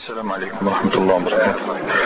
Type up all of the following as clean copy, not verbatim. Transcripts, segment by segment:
السلام عليكم ورحمة الله وبركاته.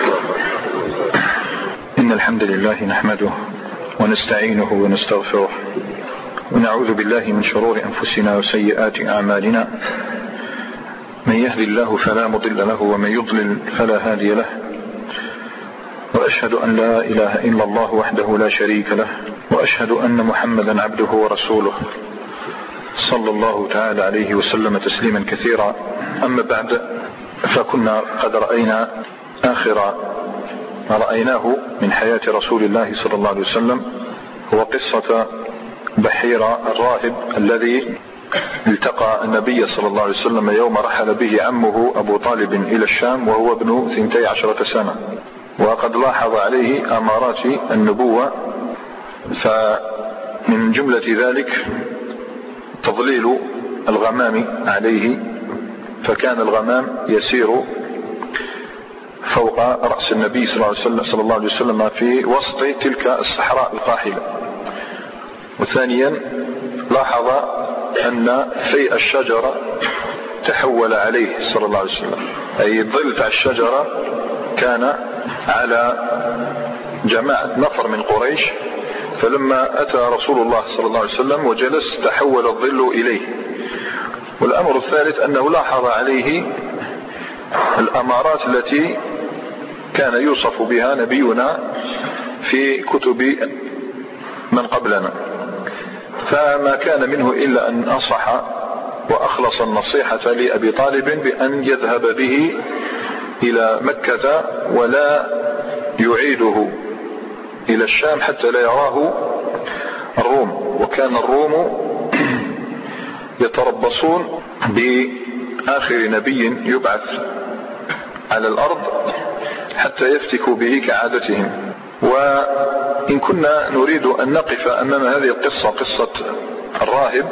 إن الحمد لله نحمده ونستعينه ونستغفره ونعوذ بالله من شرور أنفسنا وسيئات أعمالنا. من يهدي الله فلا مضل له ومن يضلل فلا هادي له، وأشهد أن لا إله إلا الله وحده لا شريك له، وأشهد أن محمدا عبده ورسوله صلى الله تعالى عليه وسلم تسليما كثيرا. أما بعد، فكنا قد رأينا آخر ما رأيناه من حياة رسول الله صلى الله عليه وسلم هو قصة بحيرة الراهب الذي التقى النبي صلى الله عليه وسلم يوم رحل به عمه أبو طالب إلى الشام وهو ابن 12 سنة، وقد لاحظ عليه أمارات النبوة. فمن جملة ذلك تضليل الغمام عليه، فكان الغمام يسير فوق رأس النبي صلى الله عليه وسلم في وسط تلك الصحراء القاحلة. وثانيا لاحظ أن في الشجرة تحول عليه صلى الله عليه وسلم، أي الظل تاع الشجرة كان على جماعة نفر من قريش، فلما أتى رسول الله صلى الله عليه وسلم وجلس تحول الظل إليه. والأمر الثالث أنه لاحظ عليه الأمارات التي كان يوصف بها نبينا في كتب من قبلنا، فما كان منه إلا أن أنصح وأخلص النصيحة لأبي طالب بأن يذهب به إلى مكة ولا يعيده إلى الشام حتى لا يراه الروم. وكان الروم يتربصون بآخر نبي يبعث على الأرض حتى يفتكوا به كعادتهم. وإن كنا نريد أن نقف أمام هذه القصة، قصة الراهب،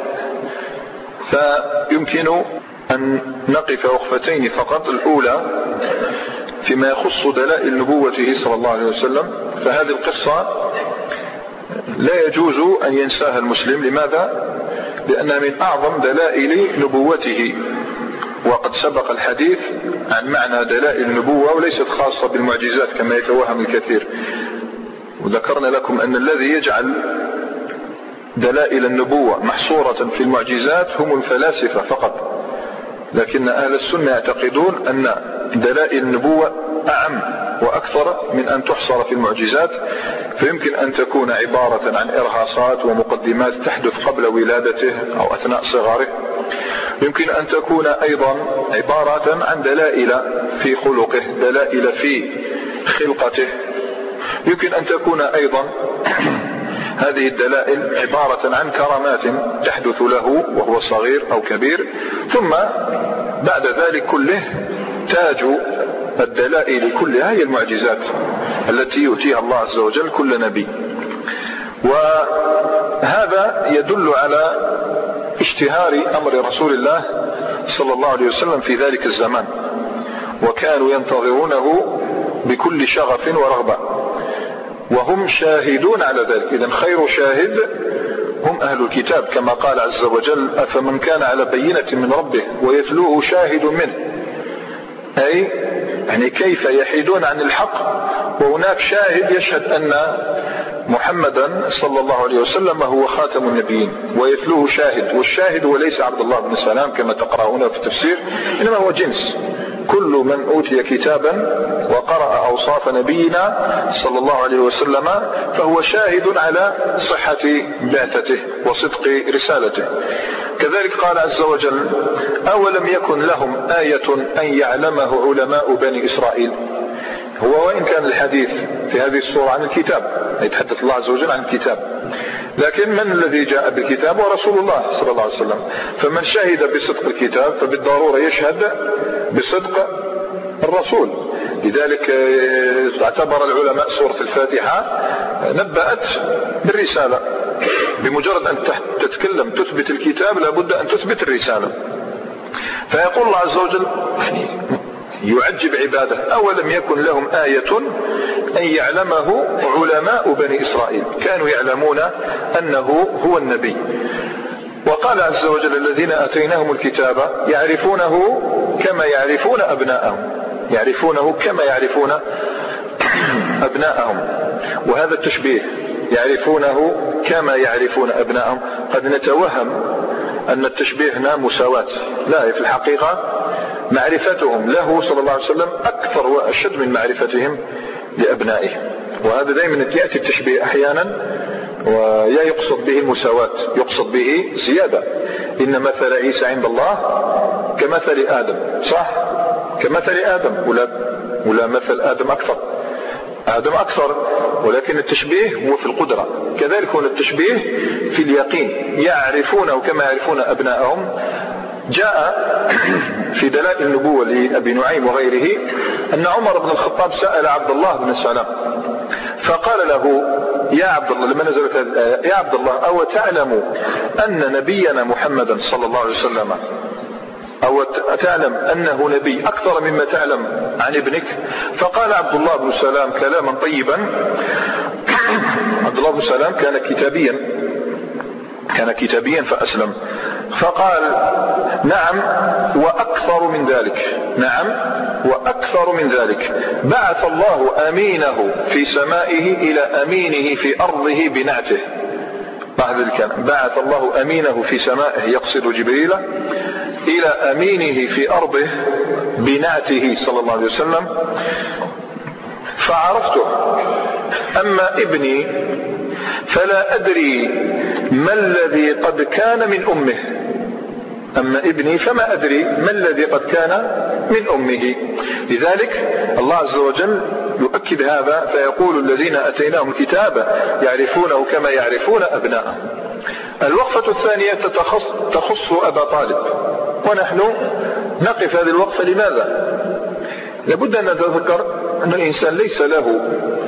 فيمكن أن نقف وقفتين فقط. الأولى فيما يخص دلائل نبوته صلى الله عليه وسلم، فهذه القصة لا يجوز أن ينساها المسلم. لماذا؟ لأنها من أعظم دلائل نبوته، وقد سبق الحديث عن معنى دلائل النبوة وليست خاصة بالمعجزات كما يتوهم الكثير. وذكرنا لكم أن الذي يجعل دلائل النبوة محصورة في المعجزات هم الفلاسفة فقط، لكن أهل السنة يعتقدون أن دلائل النبوة أعم وأكثر من أن تحصر في المعجزات، فيمكن أن تكون عبارة عن إرهاصات ومقدمات تحدث قبل ولادته أو أثناء صغره. يمكن أن تكون أيضا عبارة عن دلائل في خلقه، دلائل في خلقته. يمكن أن تكون أيضا هذه الدلائل عبارة عن كرامات تحدث له وهو صغير أو كبير. ثم بعد ذلك كله تاج الدلائل كلها هي المعجزات التي يؤتيها الله عز وجل كل نبي. وهذا يدل على اشتهار أمر رسول الله صلى الله عليه وسلم في ذلك الزمان، وكانوا ينتظرونه بكل شغف ورغبة، وهم شاهدون على ذلك. إذن خير شاهد هم أهل الكتاب، كما قال عز وجل: أفمن كان على بينة من ربه ويتلوه شاهد منه. أي يعني كيف يحيدون عن الحق وهناك شاهد يشهد أن محمدا صلى الله عليه وسلم هو خاتم النبيين، ويتلوه شاهد. والشاهد هو ليس عبد الله بن سلام كما تقرأون في التفسير، إنما هو جنس كل من أوتي كتابا وقرأ أوصاف نبينا صلى الله عليه وسلم فهو شاهد على صحة بعثته وصدق رسالته. كذلك قال عز وجل: أولم يكن لهم آية أن يعلمه علماء بني إسرائيل. هو وإن كان الحديث في هذه السورة عن الكتاب، يتحدث الله عز وجل عن الكتاب، لكن من الذي جاء بالكتاب؟ ورسول الله صلى الله عليه وسلم. فمن شهد بصدق الكتاب فبالضرورة يشهد بصدق الرسول. لذلك اعتبر العلماء سورة الفاتحة نبأت بالرسالة. بمجرد أن تتكلم تثبت الكتاب لابد أن تثبت الرسالة. فيقول الله عز وجل يعجب عباده: أولم يكن لهم آية أن يعلمه علماء بني إسرائيل. كانوا يعلمون أنه هو النبي. وقال عز وجل: الذين آتيناهم الكتاب يعرفونه كما يعرفون أبناءهم. يعرفونه كما يعرفون أبناءهم. وهذا التشبيه يعرفونه كما يعرفون أبناءهم قد نتوهم أن التشبيه هنا مساواة، لا، في الحقيقة معرفتهم له صلى الله عليه وسلم أكثر وأشد من معرفتهم لأبنائه. وهذا دائما يأتي التشبيه أحيانا ويا يقصد به المساواة، يقصد به زيادة. إن مثل عيسى عند الله كمثل آدم، صح؟ كمثل آدم، ولا مثل آدم أكثر؟ آدم أكثر، ولكن التشبيه هو في القدرة. كذلك هنا التشبيه في اليقين، يعرفونه كما يعرفون أبناءهم. جاء في دلائل النبوة لأبي نعيم وغيره أن عمر بن الخطاب سأل عبد الله بن سلام فقال له: يا عبد الله، لما نزلت هذه الآية: يا عبد الله، أو تعلم أن نبينا محمدا صلى الله عليه وسلم، أو تعلم أنه نبي أكثر مما تعلم عن ابنك؟ فقال عبد الله بن سلام كلاما طيبا. عبد الله بن سلام كان كتابيا فأسلم، فقال: نعم وأكثر من ذلك، نعم وأكثر من ذلك، بعث الله أمينه في سمائه إلى أمينه في أرضه بنعته. بعث الله أمينه في سمائه، يقصد جبريل، إلى أمينه في أرضه بنعته صلى الله عليه وسلم، فعرفته. أما ابني فلا أدري ما الذي قد كان من أمه. أما ابني فما أدري ما الذي قد كان من أمه. لذلك الله عز وجل يؤكد هذا فيقول: الذين أتيناهم الكتاب يعرفونه كما يعرفون أبناءهم. الوقفة الثانية تخص أبا طالب، ونحن نقف هذه الوقفة. لماذا؟ لابد أن نتذكر أن الإنسان ليس له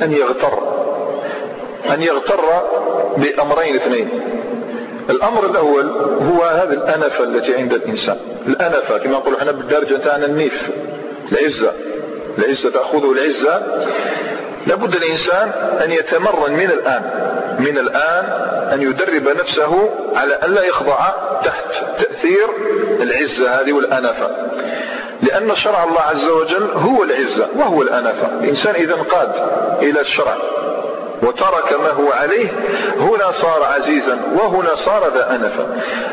أن يغتر بأمرين اثنين. الأمر الأول هو هذه الأنفة التي عند الإنسان، الأنفة كما نقول احنا بالدارجة تاعنا النيف، العزة تأخذه العزة. لابد الإنسان أن يتمرن من الآن أن يدرب نفسه على أن لا يخضع تحت تأثير العزة هذه والأنفة، لأن شرع الله عز وجل هو العزة وهو الأنفة. الإنسان إذا انقاد إلى الشرع وترك ما هو عليه، هنا صار عزيزا وهنا صار ذا أنفة.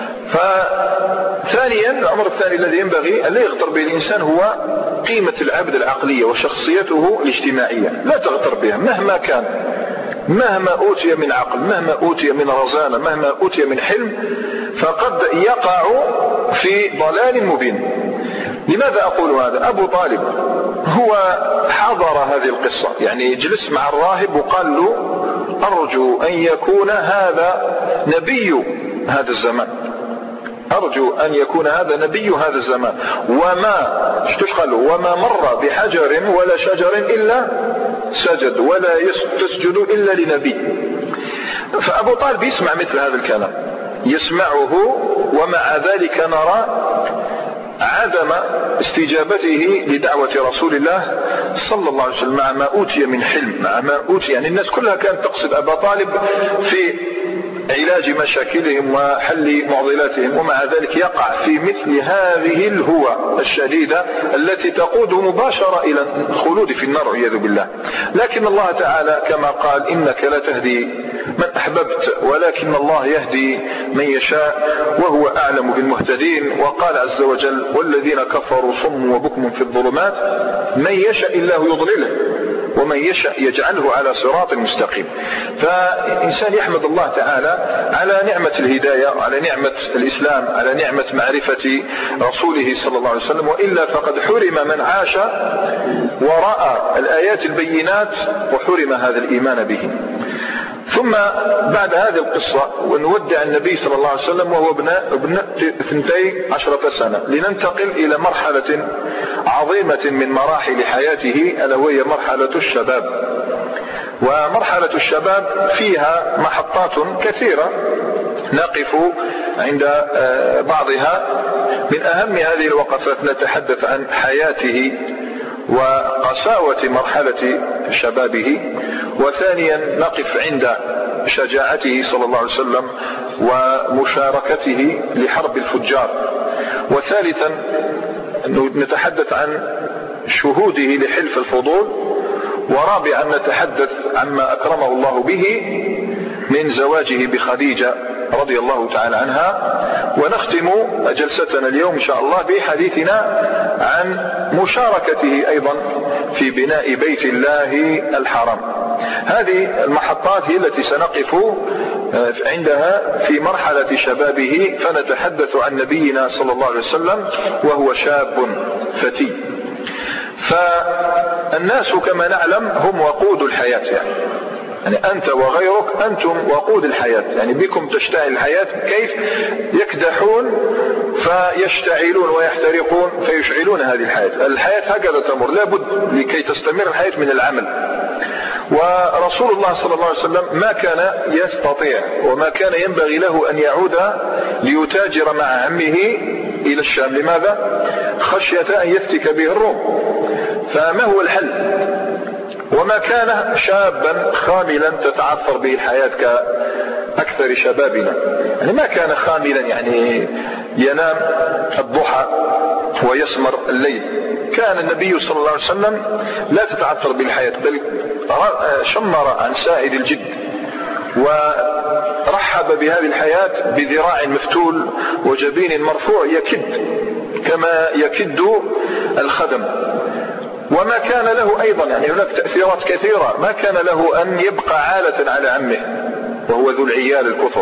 فثانيا، الأمر الثاني الذي ينبغي أن لا يغتر به الإنسان هو قيمة العبد العقلية وشخصيته الاجتماعية. لا تغتر بها مهما كان، مهما أوتي من عقل، مهما أوتي من رزانة، مهما أوتي من حلم، فقد يقع في ضلال مبين. لماذا أقول هذا؟ أبو طالب هو حضر هذه القصة، يعني جلس مع الراهب وقال له: أرجو أن يكون هذا نبي هذا الزمان، أرجو أن يكون هذا نبي هذا الزمان. وما مر بحجر ولا شجر إلا سجد، ولا تسجد إلا لنبي. فأبو طالب يسمع مثل هذا الكلام، يسمعه، ومع ذلك نرى عدم استجابته لدعوة رسول الله صلى الله عليه وسلم، مع ما أوتي من حلم، مع ما أوتي. يعني الناس كلها كانت تقصد أبا طالب في علاج مشاكلهم وحل معضلاتهم، ومع ذلك يقع في مثل هذه الهوى الشديدة التي تقوده مباشرة إلى الخلود في النار والعياذ بالله. لكن الله تعالى كما قال: إنك لا تهدي من أحببت ولكن الله يهدي من يشاء وهو أعلم بالمهتدين. وقال عز وجل: والذين كفروا صم وبكم في الظلمات من يشاء الله يضلله ومن يشاء يجعله على صراط مستقيم. فالإنسان يحمد الله تعالى على نعمة الهداية، على نعمة الإسلام، على نعمة معرفة رسوله صلى الله عليه وسلم، وإلا فقد حرم من عاش ورأى الآيات البينات وحرم هذا الإيمان به. ثم بعد هذه القصة ونودع النبي صلى الله عليه وسلم وهو ابن 12 سنة، لننتقل إلى مرحلة عظيمة من مراحل حياته، ألا وهي مرحلة الشباب. ومرحلة الشباب فيها محطات كثيرة نقف عند بعضها. من أهم هذه الوقفات نتحدث عن حياته وقساوة مرحلة شبابه، وثانيا نقف عند شجاعته صلى الله عليه وسلم ومشاركته لحرب الفجار، وثالثا نتحدث عن شهوده لحلف الفضول، ورابعا نتحدث عما أكرمه الله به من زواجه بخديجة رضي الله تعالى عنها. ونختم جلستنا اليوم إن شاء الله بحديثنا عن مشاركته أيضا في بناء بيت الله الحرام. هذه المحطات هي التي سنقف عندها في مرحلة شبابه، فنتحدث عن نبينا صلى الله عليه وسلم وهو شاب فتي. فالناس كما نعلم هم وقود الحياة، يعني أنت وغيرك أنتم وقود الحياة، يعني بكم تشتعل الحياة. كيف يكدحون فيشتعلون ويحترقون فيشعلون هذه الحياة. الحياة هكذا تمر، لابد لكي تستمر الحياة من العمل. ورسول الله صلى الله عليه وسلم ما كان يستطيع وما كان ينبغي له أن يعود ليتاجر مع عمه إلى الشام. لماذا؟ خشية أن يفتك به الروم. فما هو الحل؟ وما كان شابا خاملا تتعثر به الحياة كأكثر شبابنا، يعني ما كان خاملا يعني ينام الضحى ويسمر الليل. كان النبي صلى الله عليه وسلم لا تتعثر به الحياة، بل شمر عن سائد الجد ورحب بهذه الحياة بذراع مفتول وجبين مرفوع يكد كما يكد الخدم. وما كان له أيضا، يعني هناك تأثيرات كثيرة، ما كان له أن يبقى عالة على عمه وهو ذو العيال الكثر.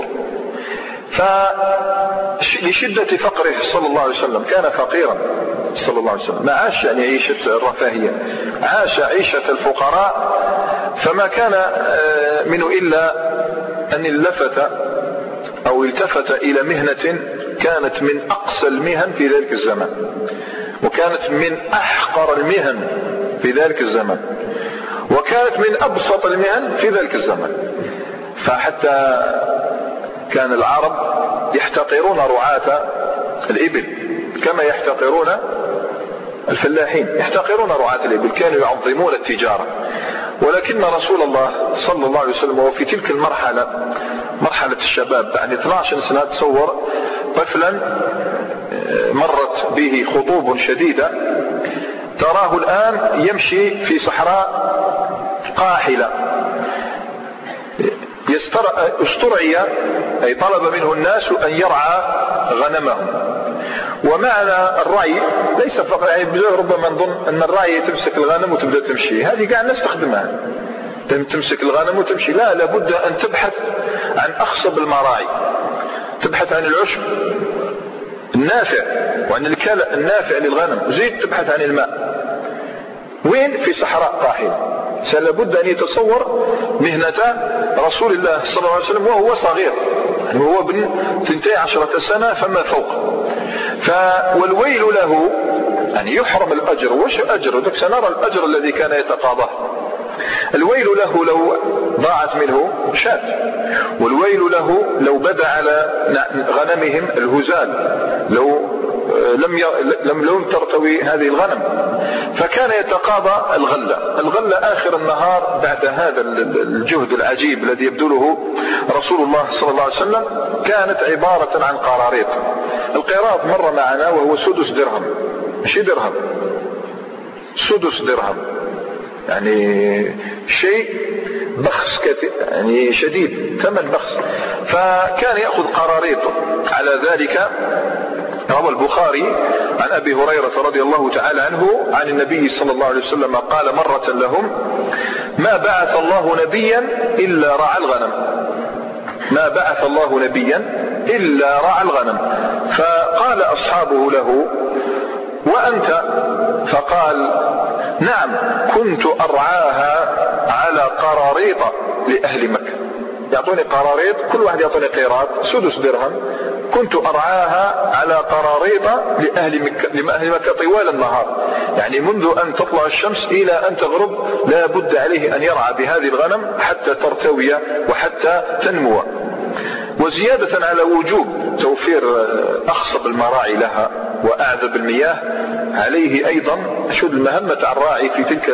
فلشدة فقره صلى الله عليه وسلم كان فقيرا صلى الله عليه وسلم، ما عاش يعني عيشة الرفاهية، عاش عيشة الفقراء. فما كان منه إلا أن التفت إلى مهنة كانت من أقسى المهن في ذلك الزمان، وكانت من أحقر المهن في ذلك الزمان، وكانت من أبسط المهن في ذلك الزمان. فحتى كان العرب يحتقرون رعاة الإبل كما يحتقرون الفلاحين، يحتقرون رعاة الإبل، كانوا يعظمون التجارة. ولكن رسول الله صلى الله عليه وسلم وفي تلك المرحلة، مرحلة الشباب بعد 12 سنة، تصور طفلا مرت به خطوب شديدة، تراه الآن يمشي في صحراء قاحلة، استرعي أي طلب منه الناس أن يرعى غنمهم. ومعنى الرعي ليس فقط، يعني ربما نظن أن الرعي تمسك الغنم وتبدأ تمشي، هذه قاعد نستخدمها، تمسك الغنم وتمشي. لا، لابد أن تبحث عن أخصب المراعي، تبحث عن العشب النافع وعن الكلى النافع للغنم، وزيد تبحث عن الماء. وين؟ في صحراء قاحلة. لابد أن يتصور مهنة رسول الله صلى الله عليه وسلم وهو صغير، يعني وهو ابن 12 سنة فما فوق. والويل له أن يحرم الأجر. وش أجر؟ سنرى الأجر الذي كان يتقاضاه. الويل له لو ضاعت منه شاة، والويل له لو بدا على غنمهم الهزال، لو لم ترتوي هذه الغنم. فكان يتقاضى الغلة آخر النهار بعد هذا الجهد العجيب الذي يبذله رسول الله صلى الله عليه وسلم. كانت عبارة عن قراريط. القراط مر معنا وهو سدس درهم، مش درهم، سدس درهم، يعني شيء بخس كثير، يعني شديد، ثمن بخس. فكان يأخذ قراريط على ذلك. روى البخاري عن أبي هريرة رضي الله تعالى عنه عن النبي صلى الله عليه وسلم قال مرة لهم: ما بعث الله نبيا إلا رعى الغنم، ما بعث الله نبيا إلا رعى الغنم. فقال أصحابه له: وأنت؟ فقال: نعم، كنت أرعاها على قراريط لأهل مكة. يعطوني قراريط، كل واحد يعطوني قيراط سدس درهم، كنت أرعاها على قراريط لأهل مكة طوال النهار، يعني منذ أن تطلع الشمس إلى أن تغرب لا بد عليه أن يرعى بهذه الغنم حتى ترتوي وحتى تنمو. وزيادة على وجوب توفير أخصب المراعي لها وأعذب المياه، عليه أيضا شد المهمة الراعي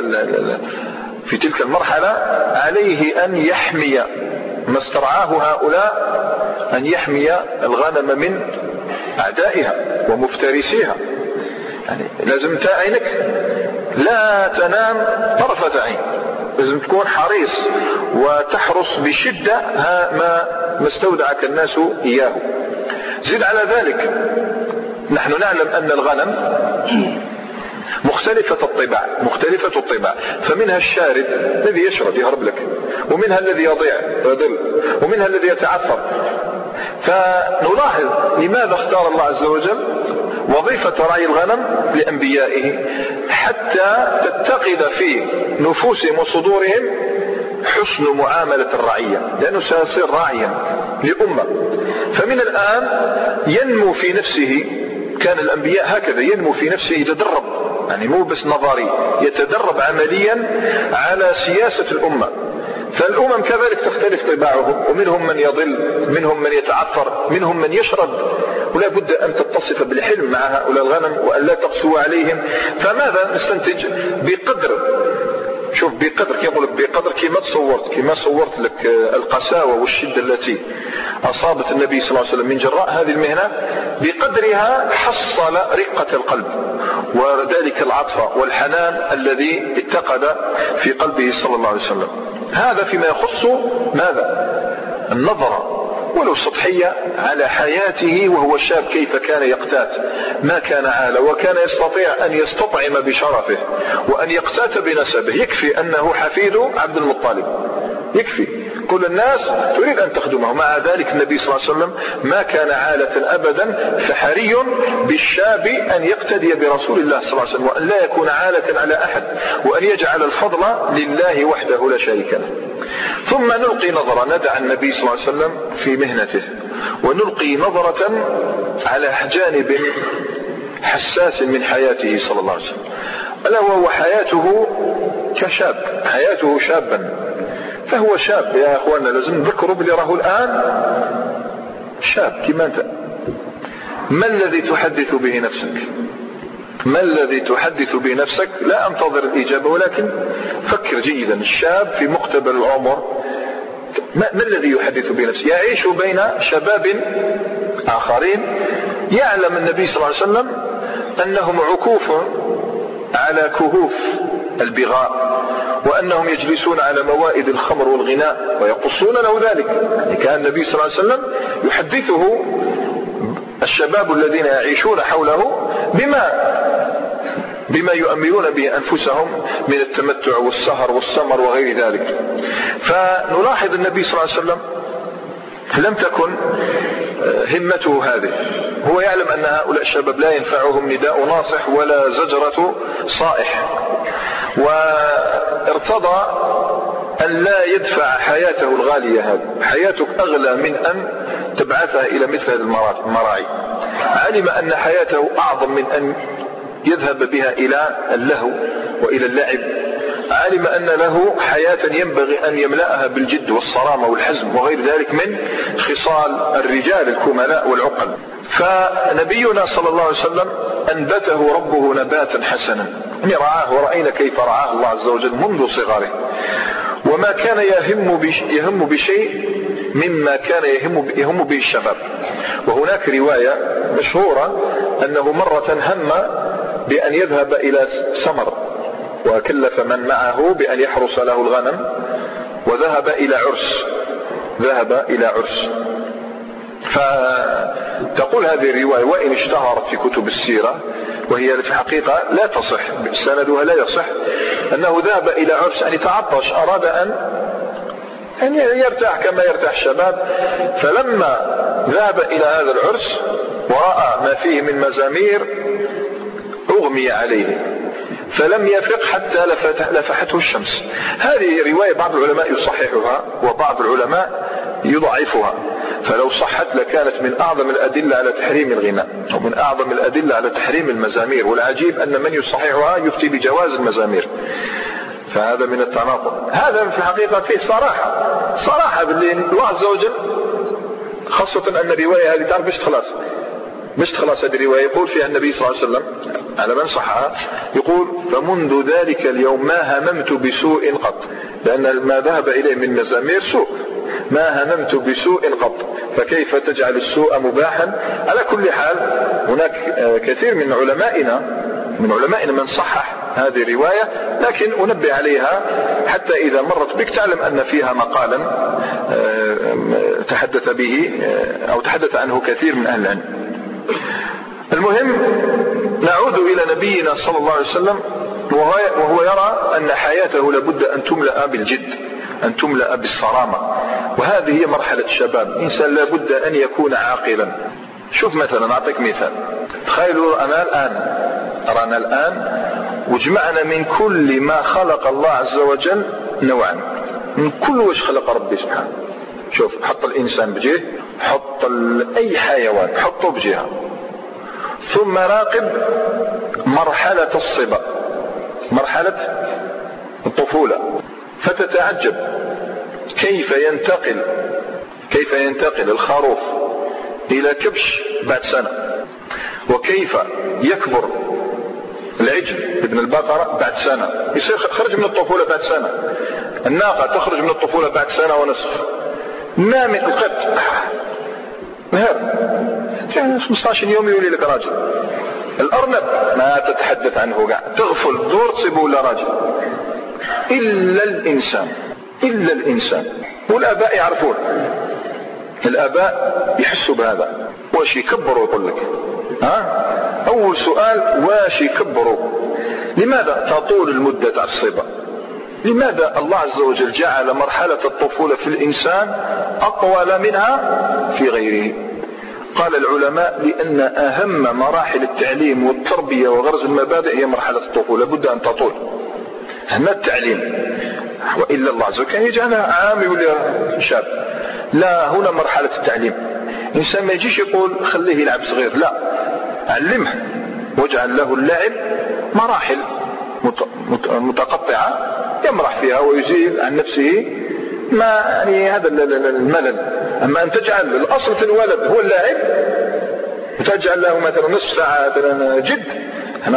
في تلك المرحلة، عليه أن يحمي ما استرعاه هؤلاء، أن يحمي الغنم من أعدائها ومفترسيها. يعني لازم عينك لا تنام طرفة عين، لازم تكون حريص وتحرص بشدة ما استودعك الناس إياه. زد على ذلك نحن نعلم أن الغنم مختلفة الطباع، فمنها الشارد الذي يشرب يهرب لك، ومنها الذي يضل، ومنها الذي يتعثر. فنلاحظ لماذا اختار الله عز وجل وظيفة رعي الغنم لأنبيائه، حتى تتقد في نفوسهم وصدورهم حسن معاملة الرعية، لأنه سيصير راعيا لأمة. فمن الآن ينمو في نفسه، كان الأنبياء هكذا ينمو في نفسه، يتدرب، يعني مو بس نظري، يتدرب عمليا على سياسة الأمة. فالأمم كذلك تختلف طباعهم، ومنهم من يضل، منهم من يتعثر، منهم من يشرد، ولا بد أن تتصف بالحلم مع هؤلاء الغنم وأن لا تقسو عليهم. فماذا نستنتج؟ بقدر، شوف بقدر كما صورت لك القساوة والشدة التي أصابت النبي صلى الله عليه وسلم من جراء هذه المهنة، بقدرها حصل رقة القلب وذلك العطف والحنان الذي اتقد في قلبه صلى الله عليه وسلم. هذا فيما يخص ماذا؟ النظرة ولو سطحية على حياته وهو شاب، كيف كان يقتات، ما كان عالة، وكان يستطيع أن يستطعم بشرفه وأن يقتات بنسبه. يكفي أنه حفيد عبد المطلب، يكفي، كل الناس تريد أن تخدمه. مع ذلك النبي صلى الله عليه وسلم ما كان عالة أبدا، فحري بالشاب أن يقتدي برسول الله صلى الله عليه وسلم، وأن لا يكون عالة على أحد، وأن يجعل الفضل لله وحده لا شريك له. ثم نلقي نظرة، ندع النبي صلى الله عليه وسلم في مهنته، ونلقي نظرة على جانب حساس من حياته صلى الله عليه وسلم، ألا وهو حياته كشاب، حياته شابا. فهو شاب يا أخوانا، لازم نذكره بلي راه الآن شاب كما أنت. ما الذي تحدث به نفسك؟ ما الذي تحدث به نفسك؟ لا أنتظر الإجابة، ولكن فكر جيدا. الشاب في مقتبل العمر، ما الذي يحدث به نفسه؟ يعيش بين شباب آخرين، يعلم النبي صلى الله عليه وسلم أنهم عكوف على كهوف البغاء، وأنهم يجلسون على موائد الخمر والغناء ويقصون له ذلك. يعني كان النبي صلى الله عليه وسلم يحدثه الشباب الذين يعيشون حوله بما يؤمنون به أنفسهم من التمتع والسهر والسمر وغير ذلك. فنلاحظ النبي صلى الله عليه وسلم لم تكن همته هذه، هو يعلم أن هؤلاء الشباب لا ينفعهم نداء ناصح ولا زجرة صائح، وارتضى أن لا يدفع حياته الغالية هذه. حياتك أغلى من أن تبعثها إلى مثل المراعي. علم أن حياته أعظم من أن يذهب بها إلى اللهو وإلى اللعب. علم أن له حياة ينبغي أن يملأها بالجد والصرامة والحزم وغير ذلك من خصال الرجال الكملاء والعقل. فنبينا صلى الله عليه وسلم أنبته ربه نباتا حسنا، يعني رعاه، ورأينا كيف رعاه الله عز وجل منذ صغره، وما كان يهم بشيء مما كان يهم به الشباب. وهناك رواية مشهورة أنه مرة هم بأن يذهب إلى سمر، وكلف من معه بأن يحرس له الغنم، وذهب إلى عرس. فتقول هذه الرواية وإن اشتهرت في كتب السيرة، وهي في الحقيقة لا تصح، سندها لا يصح، أنه ذهب إلى عرس، يعني تعطش، أراد أن يرتاح كما يرتاح الشباب. فلما ذهب إلى هذا العرس ورأى ما فيه من مزامير أغمي عليه، فلم يفق حتى لفحته الشمس. هذه رواية بعض العلماء يصححها وبعض العلماء يضعفها، فلو صحت لكانت من أعظم الأدلة على تحريم الغناء، ومن أعظم الأدلة على تحريم المزامير. والعجيب أن من يصححها يفتي بجواز المزامير، فهذا من التناقض. هذا في الحقيقة فيه صراحة باللي الله عز وجل، خاصة أن الرواية هذه تعرف مش تخلص هذه الرواية يقول فيها النبي صلى الله عليه وسلم على من صحها، يقول فمنذ ذلك اليوم ما هممت بسوء قط، لأن ما ذهب إليه من مزامير سوء، ما هممت بسوء قط، فكيف تجعل السوء مباحا؟ على كل حال هناك كثير من علمائنا من صحح هذه رواية، لكن أنبه عليها حتى إذا مرت بك تعلم أن فيها مقالا تحدث به أو تحدث عنه كثير من أهل العلم. المهم نعود إلى نبينا صلى الله عليه وسلم، وهو يرى أن حياته لابد أن تملأ بالجد، أن تملأ بالصرامة، وهذه هي مرحلة الشباب. الإنسان لابد أن يكون عاقلا. شوف مثلا أعطيك مثال، تخيلوا أرانا الآن وجمعنا من كل ما خلق الله عز وجل نوعا، من كل وش خلق ربي سبحانه. شوف، حط الإنسان بجهة، حط أي حيوان حطه بجهة، ثم راقب مرحلة الصبا، مرحلة الطفولة، فتتعجب كيف ينتقل الخروف إلى كبش بعد سنة، وكيف يكبر العجل ابن البقرة بعد سنة، يصير خرج من الطفولة بعد سنة، الناقة تخرج من الطفولة بعد سنة ونصف، نام القط نهار 15 يوم يولي لك راجل، الأرنب ما تتحدث عنه قاع، تغفل دور تصيبه لا راجل، إلا الإنسان. والآباء يعرفون، الآباء يحسوا بهذا، واش يكبروا يقول لك أول سؤال واش يكبروا. لماذا تطول المدة تاع الصبا؟ لماذا الله عز وجل جعل مرحلة الطفولة في الإنسان أطول منها في غيره؟ قال العلماء لأن أهم مراحل التعليم والتربية وغرز المبادئ هي مرحلة الطفولة، لابد أن تطول. هنا التعليم، وإلا الله عز وجل يجعلها عام ولا شاب، لا، هنا مرحلة التعليم. إنسان ما يجيش يقول خليه يلعب صغير، لا، علمه واجعل له اللعب مراحل متقطعة يمرح فيها ويزيل عن نفسه ما يعني هذا الملل. أما أن تجعل الأصل في الولد هو اللعب وتجعل له مثلا نصف ساعة مثلا جد، أنا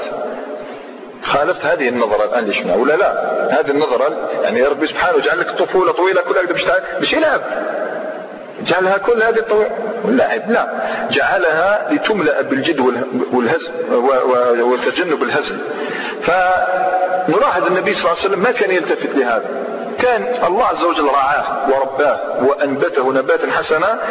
خالفت هذه النظرة الآن. ليش ولا لا؟ هذه النظرة يعني ربي سبحانه جعل لك طفولة طويلة كلها باش يلعب، جعلها كل هذه الطويلة واللعب، لا، جعلها لتملأ بالجد والهزل والتجنب الهزل. فنلاحظ النبي صلى الله عليه وسلم ما كان يلتفت لهذا، كان الله عز وجل رعاه ورباه وأنبته نباتا حسنا،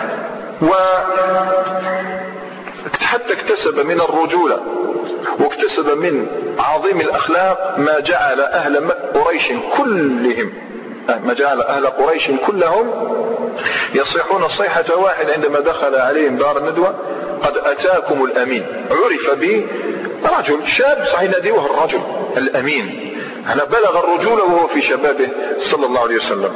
حتى اكتسب من الرجولة واكتسب من عظيم الأخلاق ما جعل أهل قريش كلهم يصيحون صيحة واحد عندما دخل عليهم دار الندوة: قد أتاكم الأمين. عرف به رجل شاب صحيح ناديه الرجل الأمين، أنا بلغ الرجولة وهو في شبابه صلى الله عليه وسلم.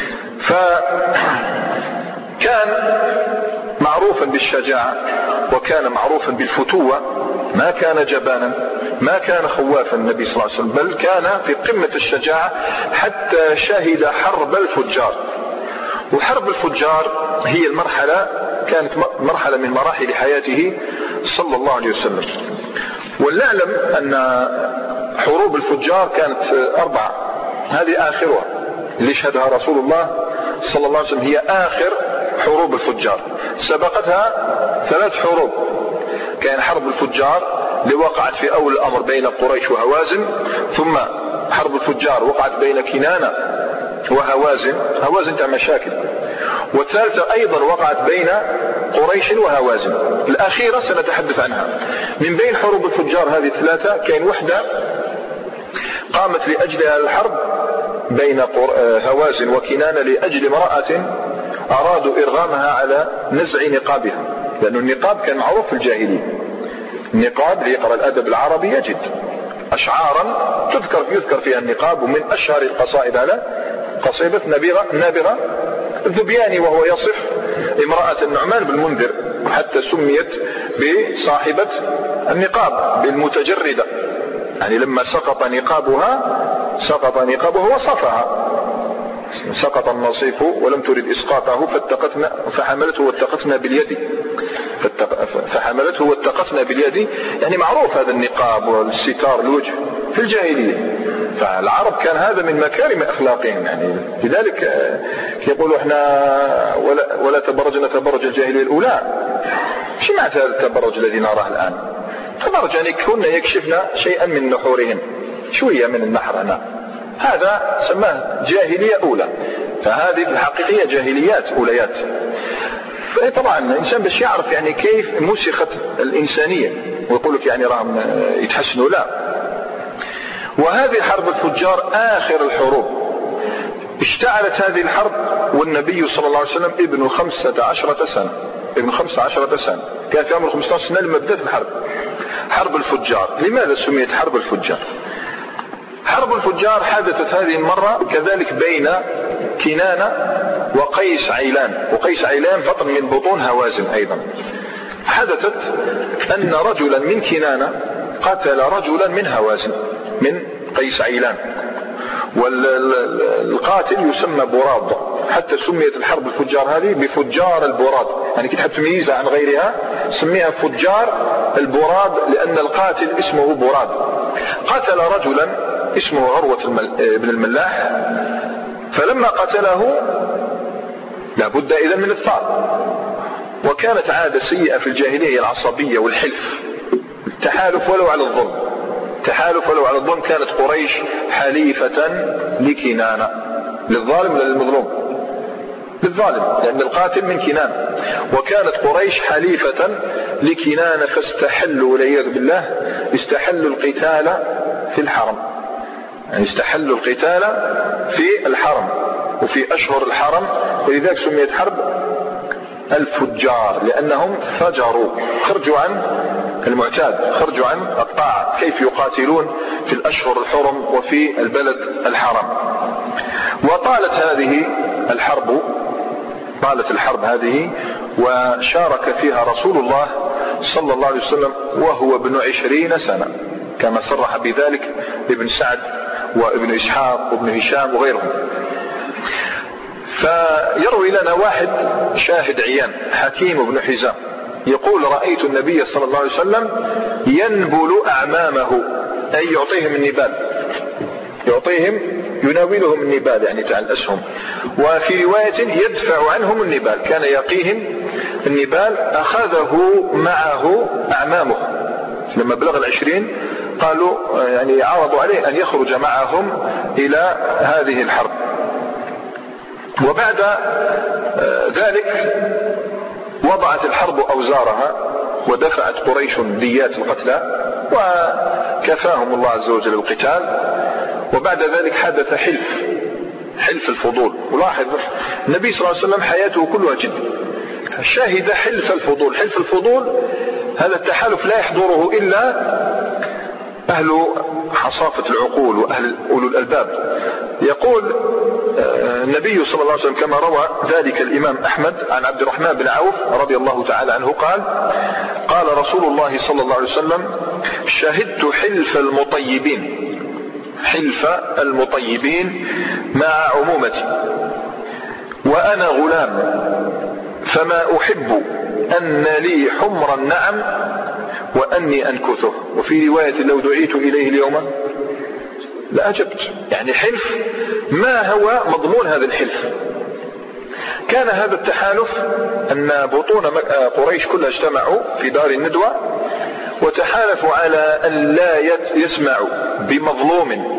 فكان معروفا بالشجاعة، وكان معروفا بالفتوة، ما كان جبانا، ما كان خوافا النبي صلى الله عليه وسلم، بل كان في قمة الشجاعة حتى شهد حرب الفجار. وحرب الفجار هي كانت مرحلة من مراحل حياته صلى الله عليه وسلم. ولنعلم أن حروب الفجار كانت 4، هذه آخرها اللي شهدها رسول الله صلى الله عليه وسلم، هي آخر حروب الفجار. سبقتها 3 حروب، كان حرب الفجار اللي وقعت في أول الأمر بين قريش وهوازن، ثم حرب الفجار وقعت بين كنانة وهوازن تاع مشاكل، والثالثة أيضا وقعت بين قريش وهوازن، الأخيرة سنتحدث عنها. من بين حروب الفجار هذه 3 كان وحدة قامت لأجلها الحرب بين هوازن وكنانة لأجل امرأة أرادوا إرغامها على نزع نقابها، لأن النقاب كان معروف في الجاهلية. النقاب اللي يقرأ الأدب العربي يجد أشعارا يذكر فيها النقاب، ومن أشهر القصائد على قصيدة نابغة الذبياني، وهو يصف امرأة النعمان بن المنذر، حتى سميت بصاحبة النقاب بالمتجردة، يعني لما سقط نقابها وصفها، سقط النصيف ولم ترد إسقاطه فحملته واتقتنا باليد، يعني معروف هذا النقاب والستار الوجه في الجاهلية، فالعرب كان هذا من مكارم أخلاقهم. يعني لذلك يقولوا احنا ولا تبرجنا تبرج الجاهلية الأولى. شو معنى هذا التبرج الذي نراه الآن؟ فخرج يعني كنا يكشفن شيئا من نحورهن، شوية من النحر هنا. هذا سماه جاهلية أولى، فهذه الحقيقية جاهليات أوليات. طبعا الإنسان بس يعرف يعني كيف مسخت الإنسانية ويقول لك يعني راهم يتحسنوا، لا. وهذه حرب الفجار آخر الحروب. اشتعلت هذه الحرب والنبي صلى الله عليه وسلم ابن 15 سنة، ابن 15 سنة، كان في عمره 15 سنة لما بدأت الحرب، حرب الفجار. لماذا سميت حرب الفجار؟ حرب الفجار حدثت هذه المرة كذلك بين كنانة وقيس عيلان، وقيس عيلان بطن من بطون هوازن أيضا. حدثت أن رجلا من كنانة قتل رجلا من هوازن من قيس عيلان، والقاتل يسمى براد، حتى سميت الحرب الفجار هذه بفجار البراد، يعني كي تحب تميزها عن غيرها سميها فجار البراد، لأن القاتل اسمه براد. قتل رجلا اسمه عروة بن الملاح، فلما قتله لابد إذن من الثار. وكانت عادة سيئة في الجاهلية العصبية والحلف، التحالف ولو على الظلم، تحالف ولو على الظلم. كانت قريش حليفة لكنانة، للظالم ولا للمظلوم؟ للظالم، لأن القاتل من كنانة. وكانت قريش حليفة لكنانة، فاستحلوا والعياذ بالله استحلوا القتال في الحرم، يعني استحلوا القتال في الحرم وفي أشهر الحرم، ولذلك سميت حرب الفجار، لأنهم فجروا، خرجوا عن المعتاد، خرجوا عن الطاعة، كيف يقاتلون في الأشهر الحرم وفي البلد الحرم. وطالت هذه الحرب، طالت الحرب هذه، وشارك فيها رسول الله صلى الله عليه وسلم وهو ابن 20 سنة، كما صرح بذلك ابن سعد وابن إسحاق وابن هشام وغيرهم. فيروي لنا واحد شاهد عيان حكيم بن حزام يقول: رأيت النبي صلى الله عليه وسلم ينبل أعمامه، أي يعطيهم النبال، يعطيهم يناولهم النبال يعني تاع الأسهم. وفي رواية يدفع عنهم النبال، كان يقيهم النبال. أخذه معه أعمامه لما بلغ 20 قالوا يعني عرضوا عليه أن يخرج معهم إلى هذه الحرب. وبعد ذلك وضعت الحرب أوزارها ودفعت قريش ديات القتلى وكفاهم الله عز وجل القتال. وبعد ذلك حدث حلف الفضول. ولاحظ النبي صلى الله عليه وسلم حياته كلها جد، شهد حلف الفضول. حلف الفضول هذا التحالف لا يحضره إلا أهل حصافة العقول وأهل أولو الألباب. يقول النبي صلى الله عليه وسلم كما روى ذلك الإمام أحمد عن عبد الرحمن بن عوف رضي الله تعالى عنه قال: قال رسول الله صلى الله عليه وسلم: شهدت حلف المطيبين، حلف المطيبين مع عمومتي وأنا غلام، فما أحب أن لي حمر النعم وأني أنكثه. وفي رواية: لو دعيت إليه اليوم لأجبت. يعني حلف، ما هو مضمون هذا الحلف؟ كان هذا التحالف أن بطون قريش كلها اجتمعوا في دار الندوة وتحالفوا على أن لا يسمعوا بمظلوم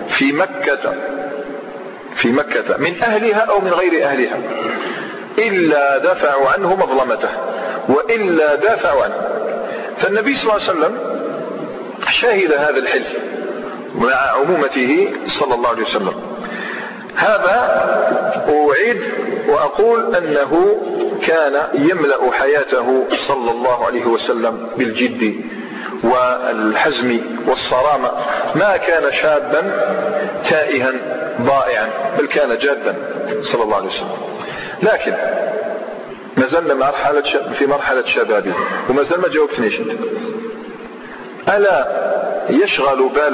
في مكة من أهلها أو من غير أهلها إلا دافعوا عنه مظلمته وإلا دافعوا عنه. فالنبي صلى الله عليه وسلم شهد هذا الحلف مع عمومته صلى الله عليه وسلم. هذا أعيد وأقول أنه كان يملأ حياته صلى الله عليه وسلم بالجد والحزم والصرامة، ما كان شابا تائها ضائعا، بل كان جادا صلى الله عليه وسلم. لكن ما زلنا في مرحلة شبابه، وما زال ما جاوبتنيش انت. ألا يشغل بال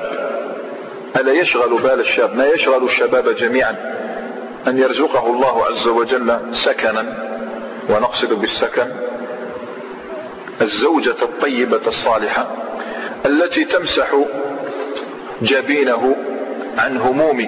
الشاب ما يشغل الشباب جميعا أن يرزقه الله عز وجل سكنا، ونقصد بالسكن الزوجة الطيبة الصالحة التي تمسح جبينه عن هموم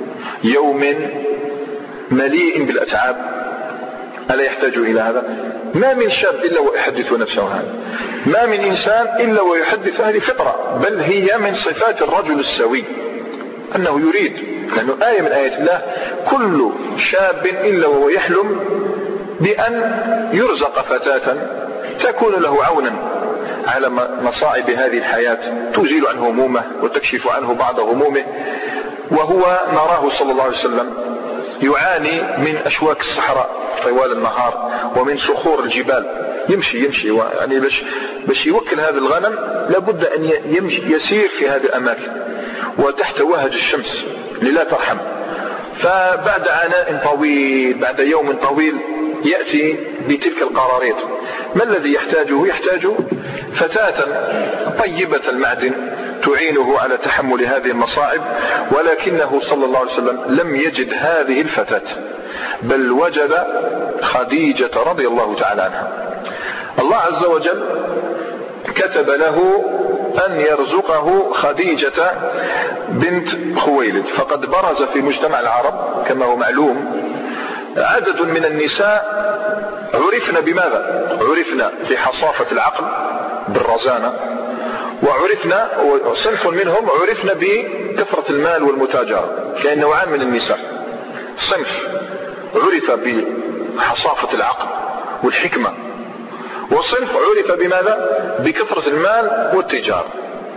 يوم مليء بالأتعاب. ألا يحتاج إلى هذا؟ ما من شاب إلا ويحدث نفسه هذا، ما من إنسان إلا ويحدث. هذه فطرة، بل هي من صفات الرجل السوي أنه يريد، لأنه آية من آيات الله: كل شاب إلا وهو يحلم بأن يرزق فتاة تكون له عونا على مصاعب هذه الحياة، تزيل عنه همومه وتكشف عنه بعض همومه. وهو نراه صلى الله عليه وسلم يعاني من أشواك الصحراء طوال النهار ومن صخور الجبال، يمشي يعني باش يوكل هذا الغنم لابد أن يسير في هذه الأماكن وتحت وهج الشمس لا ترحم. فبعد عناء طويل، بعد يوم طويل، يأتي بتلك القراريط. ما الذي يحتاجه؟ يحتاج فتاة طيبة المعدن تعينه على تحمل هذه المصاعب، ولكنه صلى الله عليه وسلم لم يجد هذه الفتاة، بل وجد خديجة رضي الله تعالى عنها. الله عز وجل كتب له أن يرزقه خديجة بنت خويلد. فقد برز في مجتمع العرب كما هو معلوم عدد من النساء عرفنا بماذا؟ عرفنا بحصافة العقل، بالرزانة، وعرفنا صنف منهم عرفنا بكثرة المال والمتاجرة. كأن نوعان من النساء: صنف عرف بحصافة العقل والحكمة، وصنف عرف بماذا؟ بكثرة المال والتجارة.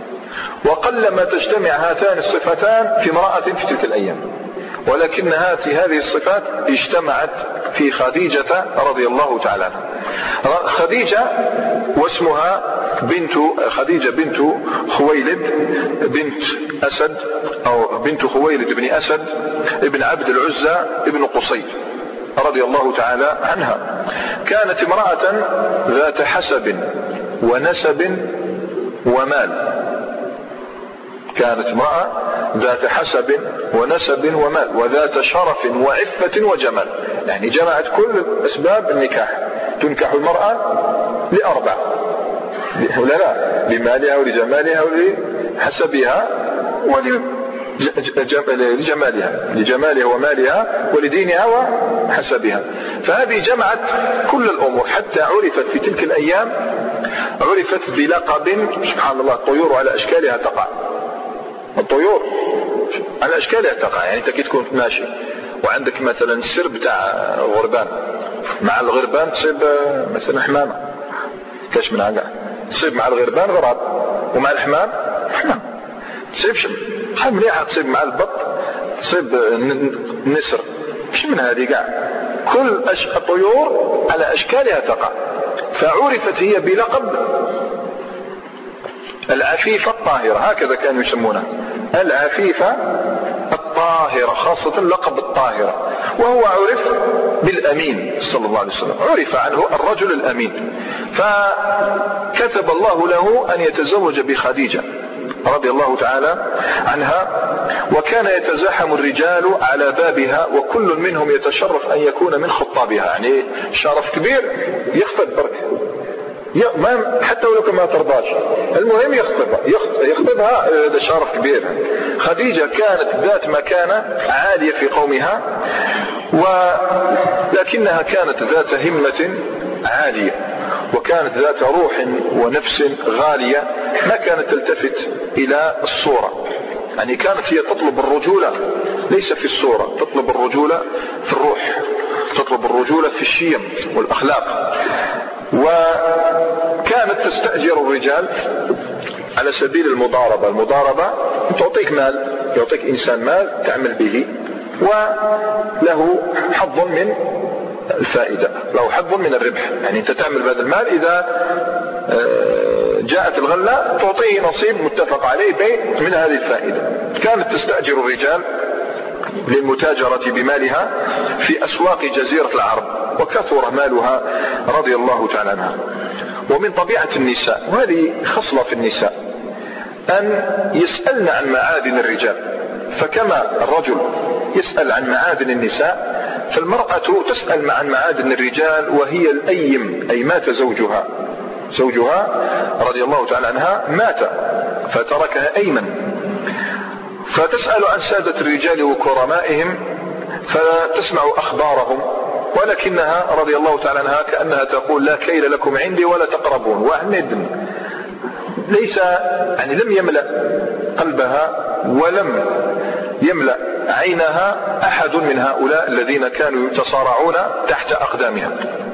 وقلما تجتمع هاتان الصفتان في امرأة في تلك الأيام، ولكن هذه الصفات اجتمعت في خديجة رضي الله تعالى عنها. خديجة واسمها خديجة بنت خويلد بنت أسد، أو بنت خويلد بن أسد ابن عبد العزى ابن قصي رضي الله تعالى عنها. كانت امرأة ذات حسب ونسب ومال. كانت امرأة ذات حسب ونسب ومال، وذات شرف وعفة وجمال، يعني جمعت كل أسباب النكاح. تنكح المرأة لأربع، لمالها ولجمالها ولحسبها لجمالها ومالها ولدينها وحسبها. فهذه جمعت كل الأمور، حتى عرفت في تلك الأيام، عرفت بلقب سبحان الله: الطيور على أشكالها تقع. الطيور على أشكالها تقع، يعني أنت كي تكون ماشي وعندك مثلا السرب تاع غربان، مع الغربان تصيب مثلا حمامة، كاش من هذا تصيب مع الغربان غراب، ومع الحمام حمام. تصيبش بحال مليحة تصيب مع البط، تصيب النسر، مش من هذه كاع. كل الطيور على أشكالها تقع. فعرفت هي بلقب العفيفة الطاهرة، هكذا كانوا يسمونها، العفيفة الطاهرة، خاصة لقب الطاهرة. وهو عرف بالأمين صلى الله عليه وسلم، عرف عنه الرجل الأمين. فكتب الله له أن يتزوج بخديجة رضي الله تعالى عنها. وكان يتزاحم الرجال على بابها، وكل منهم يتشرف أن يكون من خطابها، يعني شرف كبير يخطب برك، حتى ولو ما ترضاش، المهم يخطبها، هذا شرف كبير. خديجة كانت ذات مكانة عالية في قومها، ولكنها كانت ذات همة عالية، وكانت ذات روح ونفس غالية، ما كانت تلتفت إلى الصورة. يعني كانت هي تطلب الرجولة ليس في الصورة، تطلب الرجولة في الروح، تطلب الرجولة في الشيم والأخلاق. وكانت تستأجر الرجال على سبيل المضاربة تعطيك مال، يعطيك إنسان مال تعمل به، وله حظ من الفائدة، له حظ من الربح. يعني أنت تعمل بهذا المال، إذا جاءت الغلة تعطيه نصيب متفق عليه من هذه الفائدة. كانت تستأجر الرجال للمتاجرة بمالها في أسواق جزيرة العرب، وكثر مالها رضي الله تعالى عنها. ومن طبيعة النساء، وهذه خصلة في النساء، أن يسألن عن معادن الرجال. فكما الرجل يسأل عن معادن النساء، فالمرأة تسأل عن معادن الرجال وهي الأيم، أي مات زوجها رضي الله تعالى عنها، مات فتركها أيمن. فتسأل عن سادة الرجال وكرمائهم، فتسمع أخبارهم ولكنها رضي الله تعالى عنها كأنها تقول لا كيل لكم عندي ولا تقربون. واحد ليس يعني لم يملأ قلبها ولم يملأ عينها أحد من هؤلاء الذين كانوا يتصارعون تحت أقدامها.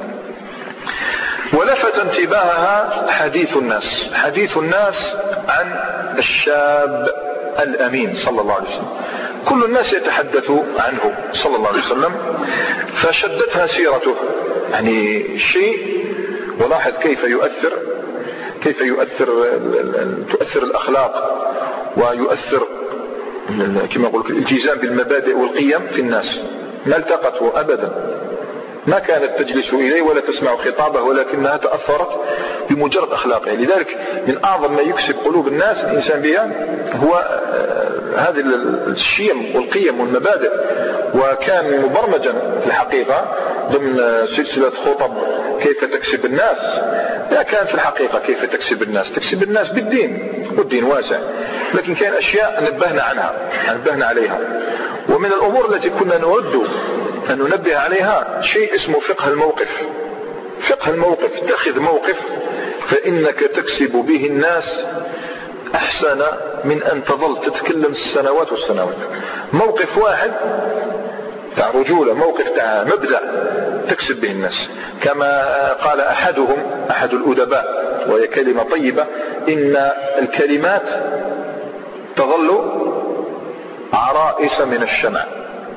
ولفت انتباهها حديث الناس عن الشاب الأمين صلى الله عليه وسلم. كل الناس يتحدث عنه صلى الله عليه وسلم، فشدتها سيرته، يعني شيء. ولاحظ كيف تؤثر الأخلاق ويؤثر كما يقول الالتزام بالمبادئ والقيم في الناس. ما التقته أبدا، ما كانت تجلس إليه ولا تسمع خطابه، ولكنها تأثرت بمجرد أخلاقه. لذلك من أعظم ما يكسب قلوب الناس الإنسان بها هو هذه الشيم والقيم والمبادئ. وكان مبرمجا في الحقيقة ضمن سلسلة خطب كيف تكسب الناس. لا، كان في الحقيقة كيف تكسب الناس بالدين، والدين واسع، لكن كان أشياء نبهنا عليها. ومن الأمور التي كنا نود أن ننبه عليها شيء اسمه فقه الموقف. اتخذ موقف فإنك تكسب به الناس أحسن من أن تظل تتكلم السنوات والسنوات. موقف واحد تاع رجولة، موقف تاع مبدأ تكسب به الناس. كما قال أحد الأدباء، وهي كلمة طيبة: إن الكلمات تظل عرائس من الشمع.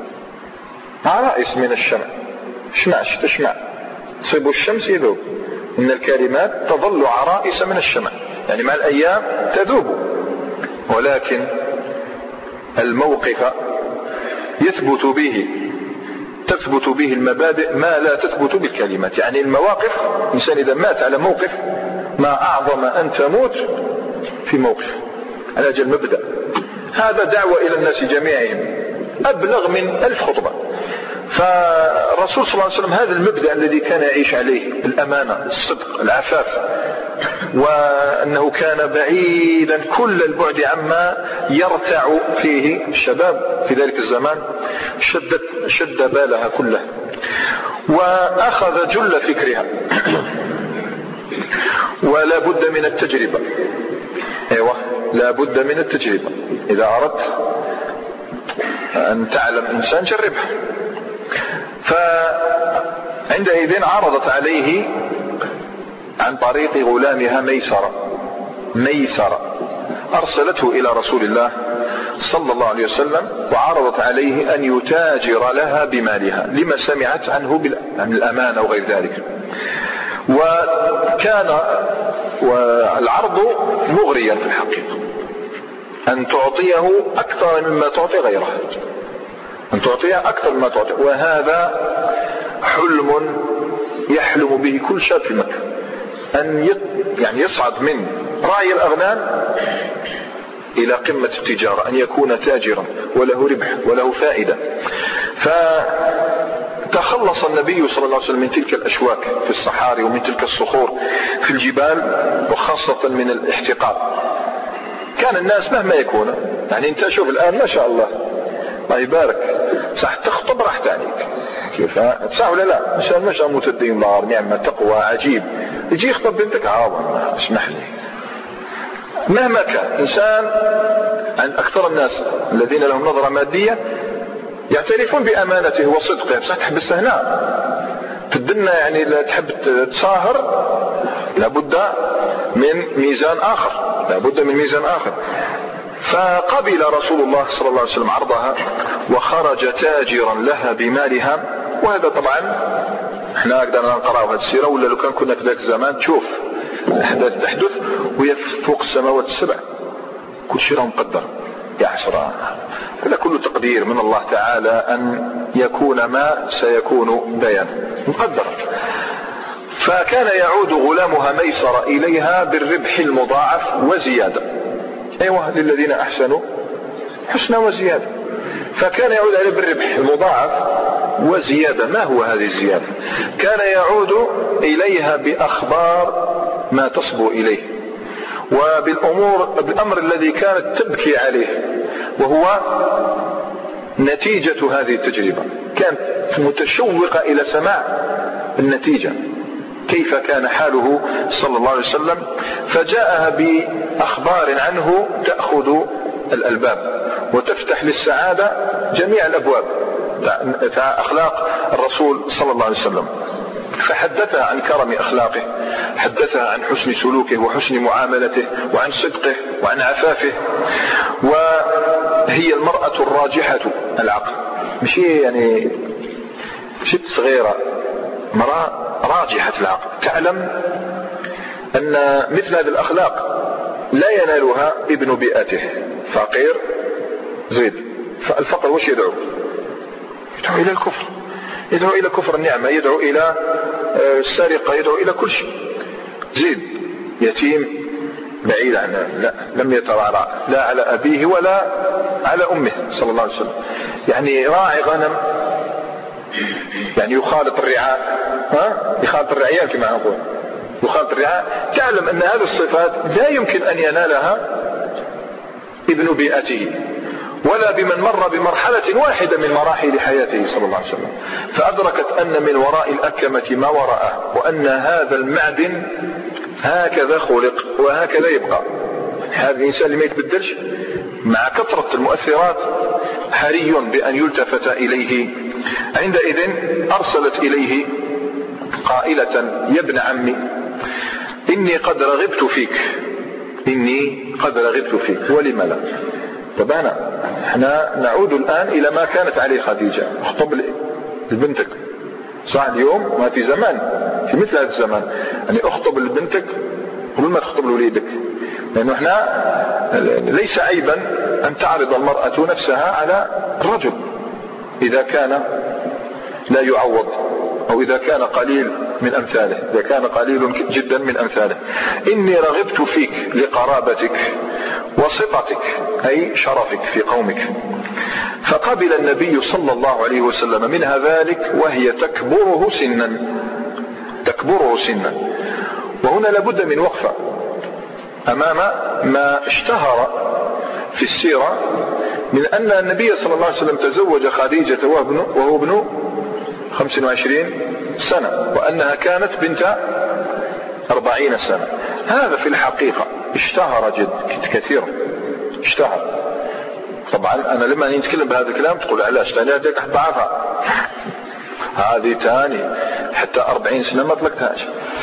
تشمع تصيب الشمس يذوب. إن الكلمات تظل عرائس من الشمع، يعني مع الأيام تذوب. ولكن الموقف تثبت به المبادئ ما لا تثبت بالكلمات. يعني المواقف، الإنسان إذا مات على موقف ما أعظم أن تموت في موقف على أجل مبدأ. هذا دعوة إلى الناس جميعهم أبلغ من 1000 خطبة. فالرسول صلى الله عليه وسلم هذا المبدأ الذي كان يعيش عليه، الأمانة، الصدق، العفاف، وأنه كان بعيدا كل البعد عما يرتع فيه الشباب في ذلك الزمان، شد بالها كلها وأخذ جل فكرها. ولا بد من التجربة. لا بد من التجربة. إذا أردت أن تعلم إنسان جربها. فعندئذ عرضت عليه عن طريق غلامها ميسرة أرسلته إلى رسول الله صلى الله عليه وسلم، وعرضت عليه أن يتاجر لها بمالها لما سمعت عنه عن الأمانة وغير ذلك. وكان العرض مغريا في الحقيقة، أن تعطيه أكثر مما تعطي غيره، وهذا حلم يحلم به كل شاب في مكة، أن يصعد من رعي الأغنام إلى قمة التجارة، أن يكون تاجرا وله ربح وله فائدة. فتخلص النبي صلى الله عليه وسلم من تلك الأشواك في الصحاري ومن تلك الصخور في الجبال، وخاصة من الاحتقار. كان الناس مهما يكون، يعني انت شوف الآن ما شاء الله الله يبارك، صح تخطب راح عليك كيف صح ولا لا؟ ما شاء متدين الله نعمة تقوى عجيب، يجي يخطب بنتك عاوض اسمح لي. مهما كان إنسان، عن أكثر الناس الذين لهم نظرة مادية يعترفون بأمانته وصدقه، بصح تحبس هنا تدنا، يعني لا تحب تساهر لابد من ميزان آخر. فقبل رسول الله صلى الله عليه وسلم عرضها وخرج تاجرا لها بمالها. وهذا طبعا احنا قدرنا نقرأ هذه السيرة، ولا لو كنا في ذاك الزمان تشوف الأحداث تحدث وهي فوق السماوات السبع، كل شيء مقدر يا حسرة. هذا كله تقدير من الله تعالى أن يكون ما سيكون بيان مقدر. فكان يعود غلامها ميسر إليها بالربح المضاعف وزيادة. للذين أحسنوا حسنى وزيادة. فكان يعود عليه بالربح المضاعف وزيادة. ما هو هذه الزيادة؟ كان يعود إليها بأخبار ما تصبو إليه، بالأمر الذي كانت تبكي عليه، وهو نتيجة هذه التجربة. كانت متشوقة إلى سماع النتيجة كيف كان حاله صلى الله عليه وسلم، فجاءها بأخبار عنه تأخذ الألباب وتفتح للسعادة جميع الأبواب تاع أخلاق الرسول صلى الله عليه وسلم. فحدثها عن كرم أخلاقه، حدثها عن حسن سلوكه وحسن معاملته وعن صدقه وعن عفافه. وهي المرأة الراجحة العقل، مش يعني ست صغيرة، مرأة راجحة العقل تعلم أن مثل هذه الأخلاق لا ينالها ابن بيئته، فقير زيد. فالفقر وش يدعو؟ يدعو إلى الكفر، يدعو إلى كفر النعمة، يدعو إلى السرقة، يدعو إلى كل شيء. زيد يتيم بعيد عنه، لا لم يترعرع لا على أبيه ولا على أمه صلى الله عليه وسلم، يعني راعي غنم، يعني يخالط الرعاء، يخالط الرعيان كما نقول، يخالط الرعاء. تعلم أن هذه الصفات لا يمكن أن ينالها ابن بيئته ولا بمن مر بمرحلة واحدة من مراحل حياته صلى الله عليه وسلم. فأدركت أن من وراء الأكمة ما وراءه، وأن هذا المعدن هكذا خلق وهكذا يبقى. هذا الإنسان اللي ما يتبدلش مع كثرة المؤثرات حري بأن يلتفت إليه. عندئذ أرسلت إليه قائلة: يا ابن عمي إني قد رغبت فيك، إني قد رغبت فيك. ولم لا؟ طبعا احنا نعود الآن إلى ما كانت عليه خديجة. اخطب لبنتك، صح اليوم ما في زمان في مثل هذا الزمان يعني اخطب لبنتك قبل ما تخطب لوليدك، لأنه احنا ليس عيبا أن تعرض المرأة نفسها على الرجل إذا كان لا يعوض، أو إذا كان قليل من أمثاله، إذا كان قليل جدا من أمثاله. إني رغبت فيك لقرابتك وسطتك، أي شرفك في قومك. فقبل النبي صلى الله عليه وسلم منها ذلك وهي تكبره سنا، تكبره سنا. وهنا لابد من وقفة أمام ما اشتهر في السيرة من أن النبي صلى الله عليه وسلم تزوج خديجة وهو ابن 25 سنة، وأنها كانت بنت 40 سنة. هذا في الحقيقة اشتهر جد كثيرا، اشتهر. طبعا أنا لما نتكلم بهذا الكلام تقول علاش تاني هذيك ضعفها، هذه تاني حتى 40 سنة ما طلقتهاش.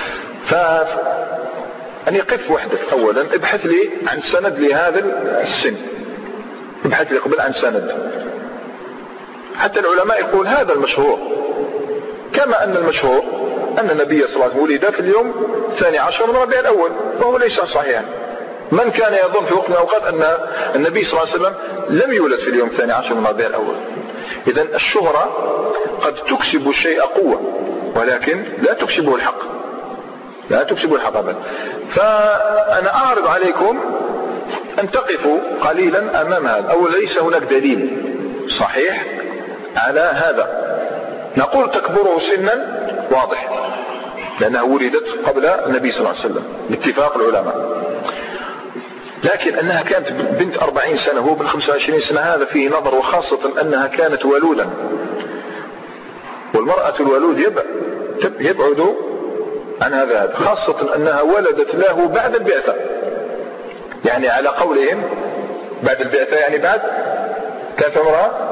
أن يقف وحدك أولا، ابحث لي عن سند لهذا السن، ابحث لي قبل عن سند. حتى العلماء يقول هذا المشهور، كما أن المشهور أن النبي صلى الله عليه وسلم ولد في اليوم 12 من ربيع الأول، وهو ليس صحيحا. من كان يظن في وقت من الأوقات أن النبي صلى الله عليه وسلم لم يولد في اليوم 12 من ربيع الأول. إذن الشهرة قد تكسب الشيء قوة، ولكن لا تكسبه الحق، لا تكسبه الحق أبدا. فأنا أعرض عليكم أن تقفوا قليلا أمام هذا. أولا ليس هناك دليل صحيح على هذا. نقول تكبره سنا واضح، لأنها ولدت قبل النبي صلى الله عليه وسلم باتفاق العلماء. لكن أنها كانت بنت 40 سنة وهو بن 25 سنة هذا فيه نظر، وخاصة أنها كانت ولودا، والمرأة الولود يبعد عن هذا، خاصة أنها ولدت له بعد البعثة. يعني على قولهم بعد البعثة يعني بعد كانت عمرها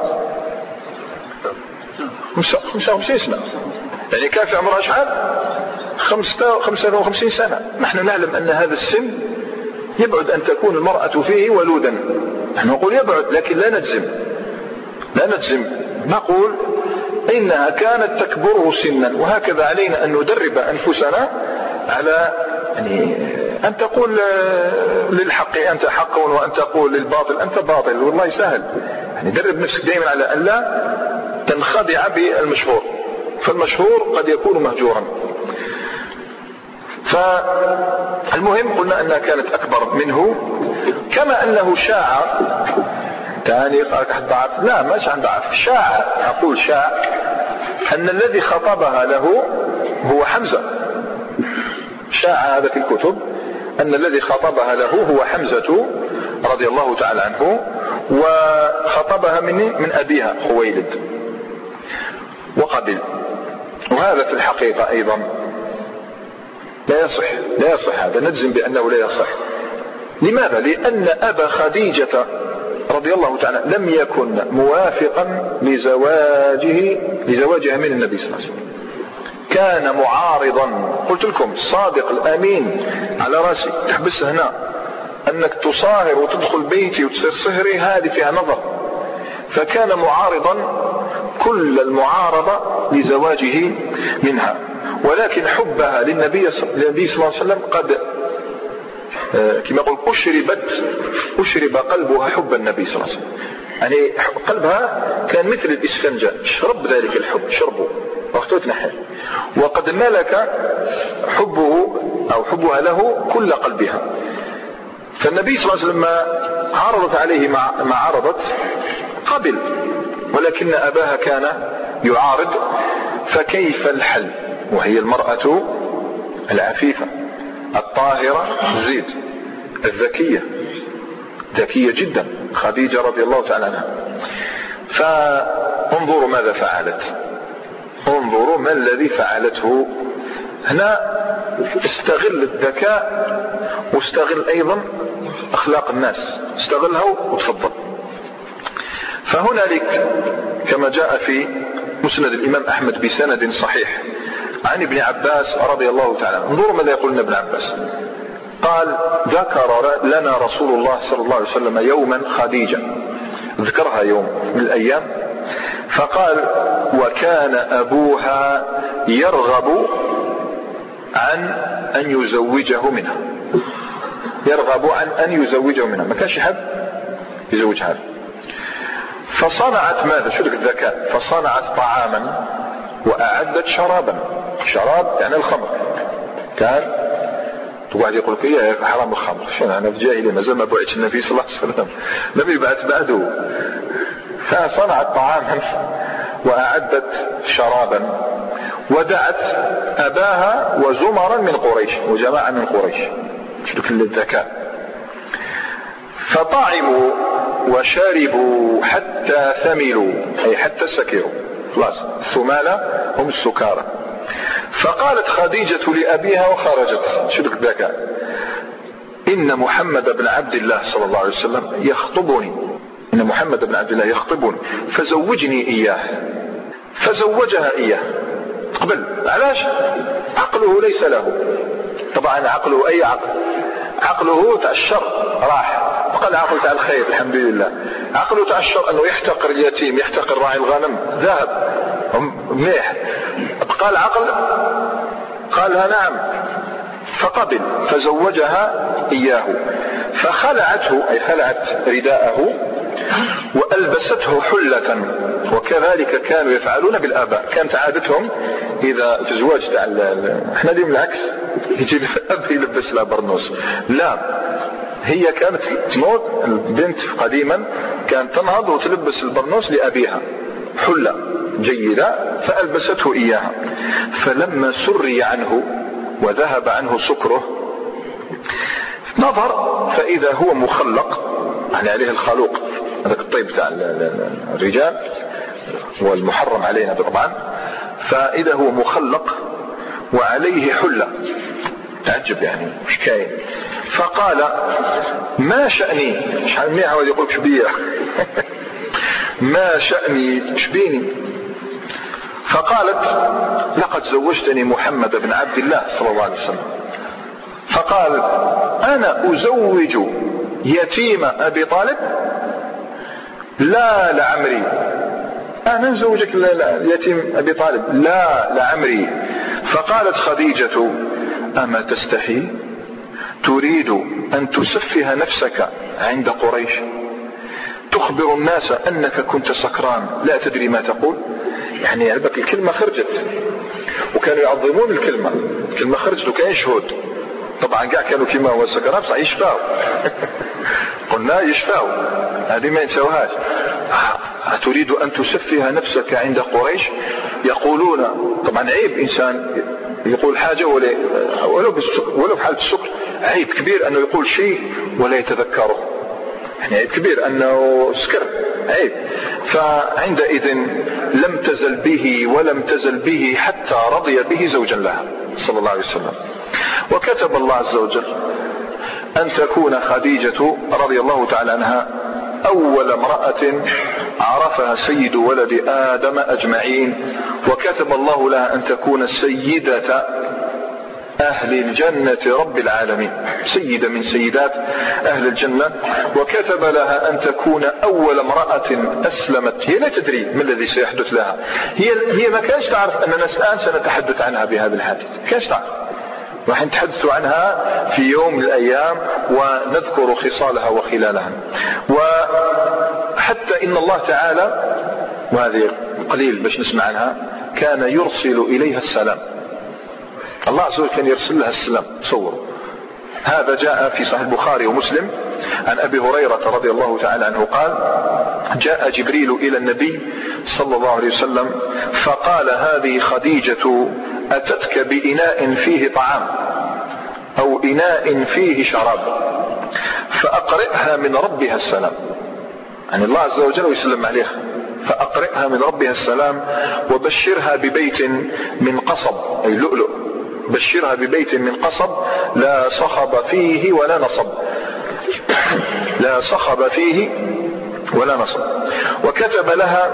55 سنة، يعني كان في عمرها شحال 55 سنة. نحن نعلم أن هذا السن يبعد أن تكون المرأة فيه ولودا، نحن نقول يبعد لكن لا نجزم، لا نجزم، نقول إنها كانت تكبره سنا. وهكذا علينا أن ندرب أنفسنا على يعني أن تقول للحق أنت حق، وأن تقول للباطل أنت باطل. والله سهل، يعني درب نفسك دائما على أن لا تنخدع بالمشهور، فالمشهور قد يكون مهجورا. فالمهم قلنا أنها كانت أكبر منه، كما أنه شاع تاني قالك ضعف، لا ماش عن ضعف، شاع، أقول شاع أن الذي خطبها له هو حمزة. شاع هذا في الكتب أن الذي خطبها له هو حمزة رضي الله تعالى عنه، وخطبها من أبيها خويلد. وقبل. وهذا في الحقيقة أيضا لا يصح هذا، نجزم بأنه لا يصح. لماذا؟ لأن أبا خديجة رضي الله تعالى لم يكن موافقا لزواجها من النبي صلى الله عليه وسلم، كان معارضا. قلت لكم الصادق الأمين على رأسي، تحبس هنا أنك تصاهر وتدخل بيتي وتصير صهري، هذه فيها نظر. فكان معارضا كل المعارضة لزواجه منها، ولكن حبها للنبي صلى الله عليه وسلم قد كما يقول أشرب قلبها حب النبي صلى الله عليه وسلم. يعني قلبها كان مثل الإسفنجة، شرب ذلك الحب، شربه وقت تنحى، وقد ملك حبه أو حبها له كل قلبها. فالنبي صلى الله عليه وسلم ما عرضت عليه ما عرضت قبل، ولكن أباها كان يعارض. فكيف الحل وهي المرأة العفيفة الطاهرة الزيد الذكية، ذكية جدا خديجة رضي الله تعالى عنها. فانظروا ماذا فعلت، انظروا ما الذي فعلته هنا. استغل الذكاء واستغل أيضا أخلاق الناس، استغلها وتفضل. فهنالك كما جاء في مسند الإمام أحمد بسند صحيح عن ابن عباس رضي الله تعالى، انظروا ماذا يقول ابن عباس. قال: ذكر لنا رسول الله صلى الله عليه وسلم يوما خديجة، ذكرها يوم من الأيام، فقال: وكان أبوها يرغب عن أن يزوجه منها، يرغب عن أن يزوجه منها، ما كانش حد يزوجها. فصنعت ماذا؟ شو الذكاء؟ فصنعت طعاما وأعدت شرابا. شراب يعني الخمر. كان واحد يقول لك يا حرام الخمر، شنو أنا في جاهلية مازال ما بعث النبي صلى الله عليه وسلم، لم يبعث بعده. فصنعت طعاما وأعدت شرابا ودعت أباها وزمرا من قريش وجماعة من قريش. شو كل الذكاء. فطعموا وشربوا حتى ثملوا، أي حتى سكروا، خلاص الثمالة هم السكارى. فقالت خديجة لأبيها وخرجت، شو الذكاء، إن محمد بن عبد الله صلى الله عليه وسلم يخطبني، إن محمد بن عبد الله يخطبني فزوجني إياه. فزوجها إياه. قبل، علاش؟ عقله ليس له، طبعا عقله أي عقل، عقله تاع الشر راح، بقى العقل تاع الخير الحمد لله. عقله تاع الشر أنه يحتقر اليتيم، يحتقر راعي الغنم، ذهب مليح. بقى العقل قالها نعم، فقبل فزوجها إياه. فخلعته، أي خلعت رداءه وألبسته حلة. وكذلك كانوا يفعلون بالآباء، كانت عادتهم إذا في الزواج تاع احنا اليوم العكس، يجي الأب يلبس لها برنوس، لا، هي كانت تنوض البنت قديما كانت تنهض وتلبس البرنوس لأبيها حلة جيدة، فألبسته إياها. فلما سري عنه وذهب عنه سكره نظر فإذا هو مخلق، يعني عليه الخلوق، هذاك الطيب تاع الرجال والمحرم علينا طبعا. فإذا هو مخلق وعليه حلة، تعجب يعني مش كاين. فقال: ما شأني، شحال من عاود يقول شبيه ما شأني، شبيني. فقالت: لقد زوجتني محمد بن عبد الله صلى الله عليه وسلم. فقال: أنا أزوج يتيم أبي طالب؟ لا لعمري، أنا نزوجك يتيم أبي طالب، لا لعمري. فقالت خديجة: أما تستحي؟ تريد أن تسفه نفسك عند قريش، تخبر الناس أنك كنت سكران لا تدري ما تقول. يعني عندك الكلمة خرجت، وكانوا يعظمون الكلمة خرجت وكان شهود. طبعا قاع كانوا كما هو سكران بصح يشفاو قلنا يشفاو، هذه ما ينسوهاش. تريد أن تسفه نفسك عند قريش، يقولون طبعا عيب إنسان يقول حاجة ولو في حالة السكر، عيب كبير أنه يقول شيء ولا يتذكره. يعني عيب كبير أنه سكر، عيب. فعندئذ لم تزل به ولم تزل به حتى رضي به زوجا لها صلى الله عليه وسلم. وكتب الله عز وجل أن تكون خديجة رضي الله تعالى عنها أول امرأة عرفها سيد ولد آدم أجمعين، وكتب الله لها أن تكون سيدة أهل الجنة رب العالمين، سيدة من سيدات أهل الجنة. وكتب لها أن تكون أول امرأة أسلمت. هي لا تدري ما الذي سيحدث لها، هي ما كانش تعرف أننا الآن سنتحدث عنها بهذا الحديث، كانش تعرف. راح نتحدث عنها في يوم من الأيام ونذكر خصالها وخلالها. وحتى إن الله تعالى، وهذه قليل باش نسمع عنها، كان يرسل إليها السلام. الله عز وجل كان يرسل لها السلام. تصوروا هذا جاء في صحيح البخاري ومسلم عن أبي هريرة رضي الله تعالى عنه قال: جاء جبريل إلى النبي صلى الله عليه وسلم فقال: هذه خديجة أتتك بإناء فيه طعام أو إناء فيه شراب فأقرئها من ربها السلام. يعني الله عز وجل يسلم عليها، فأقرئها من ربها السلام وبشرها ببيت من قصب، أي لؤلؤ، بشرها ببيت من قصب لا صخب فيه ولا نصب، لا صخب فيه ولا نصب. وكتب لها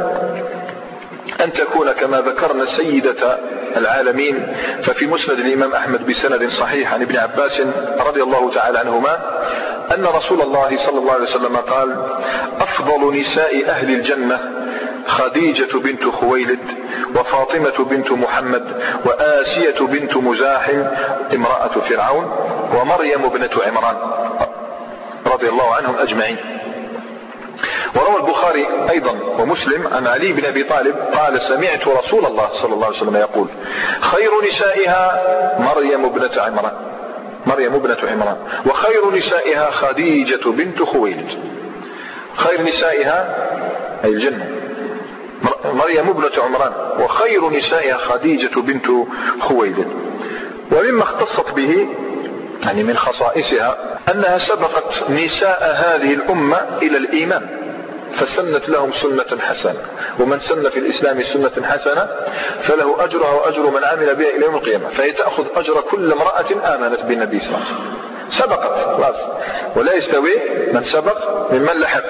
أن تكون كما ذكرنا سيدة العالمين. ففي مسند الإمام أحمد بسند صحيح عن ابن عباس رضي الله تعالى عنهما أن رسول الله صلى الله عليه وسلم قال: أفضل نساء أهل الجنة خديجة بنت خويلد وفاطمة بنت محمد وآسية بنت مزاحم امرأة فرعون ومريم بنت عمران رضي الله عنهم أجمعين. وروى البخاري أيضا ومسلم عن علي بن أبي طالب قال: سمعت رسول الله صلى الله عليه وسلم يقول: خير نسائها مريم بنت عمران وخير نسائها خديجة بنت خويلد. خير نسائها أي الجنة مريم بنت عمران وخير نسائها خديجة بنت خويلد. ومما اختصت به يعني من خصائصها أنها سبقت نساء هذه الأمة إلى الإيمان فسنت لهم سنة حسنة، ومن سن في الإسلام سنة حسنة فله أجرها وأجر من عمل بها إلى يوم القيامة. فهي تأخذ أجر كل امرأة آمنت بالنبي صلى الله عليه وسلم، سبقت خلاص، ولا يستوي من سبق ممن لحق.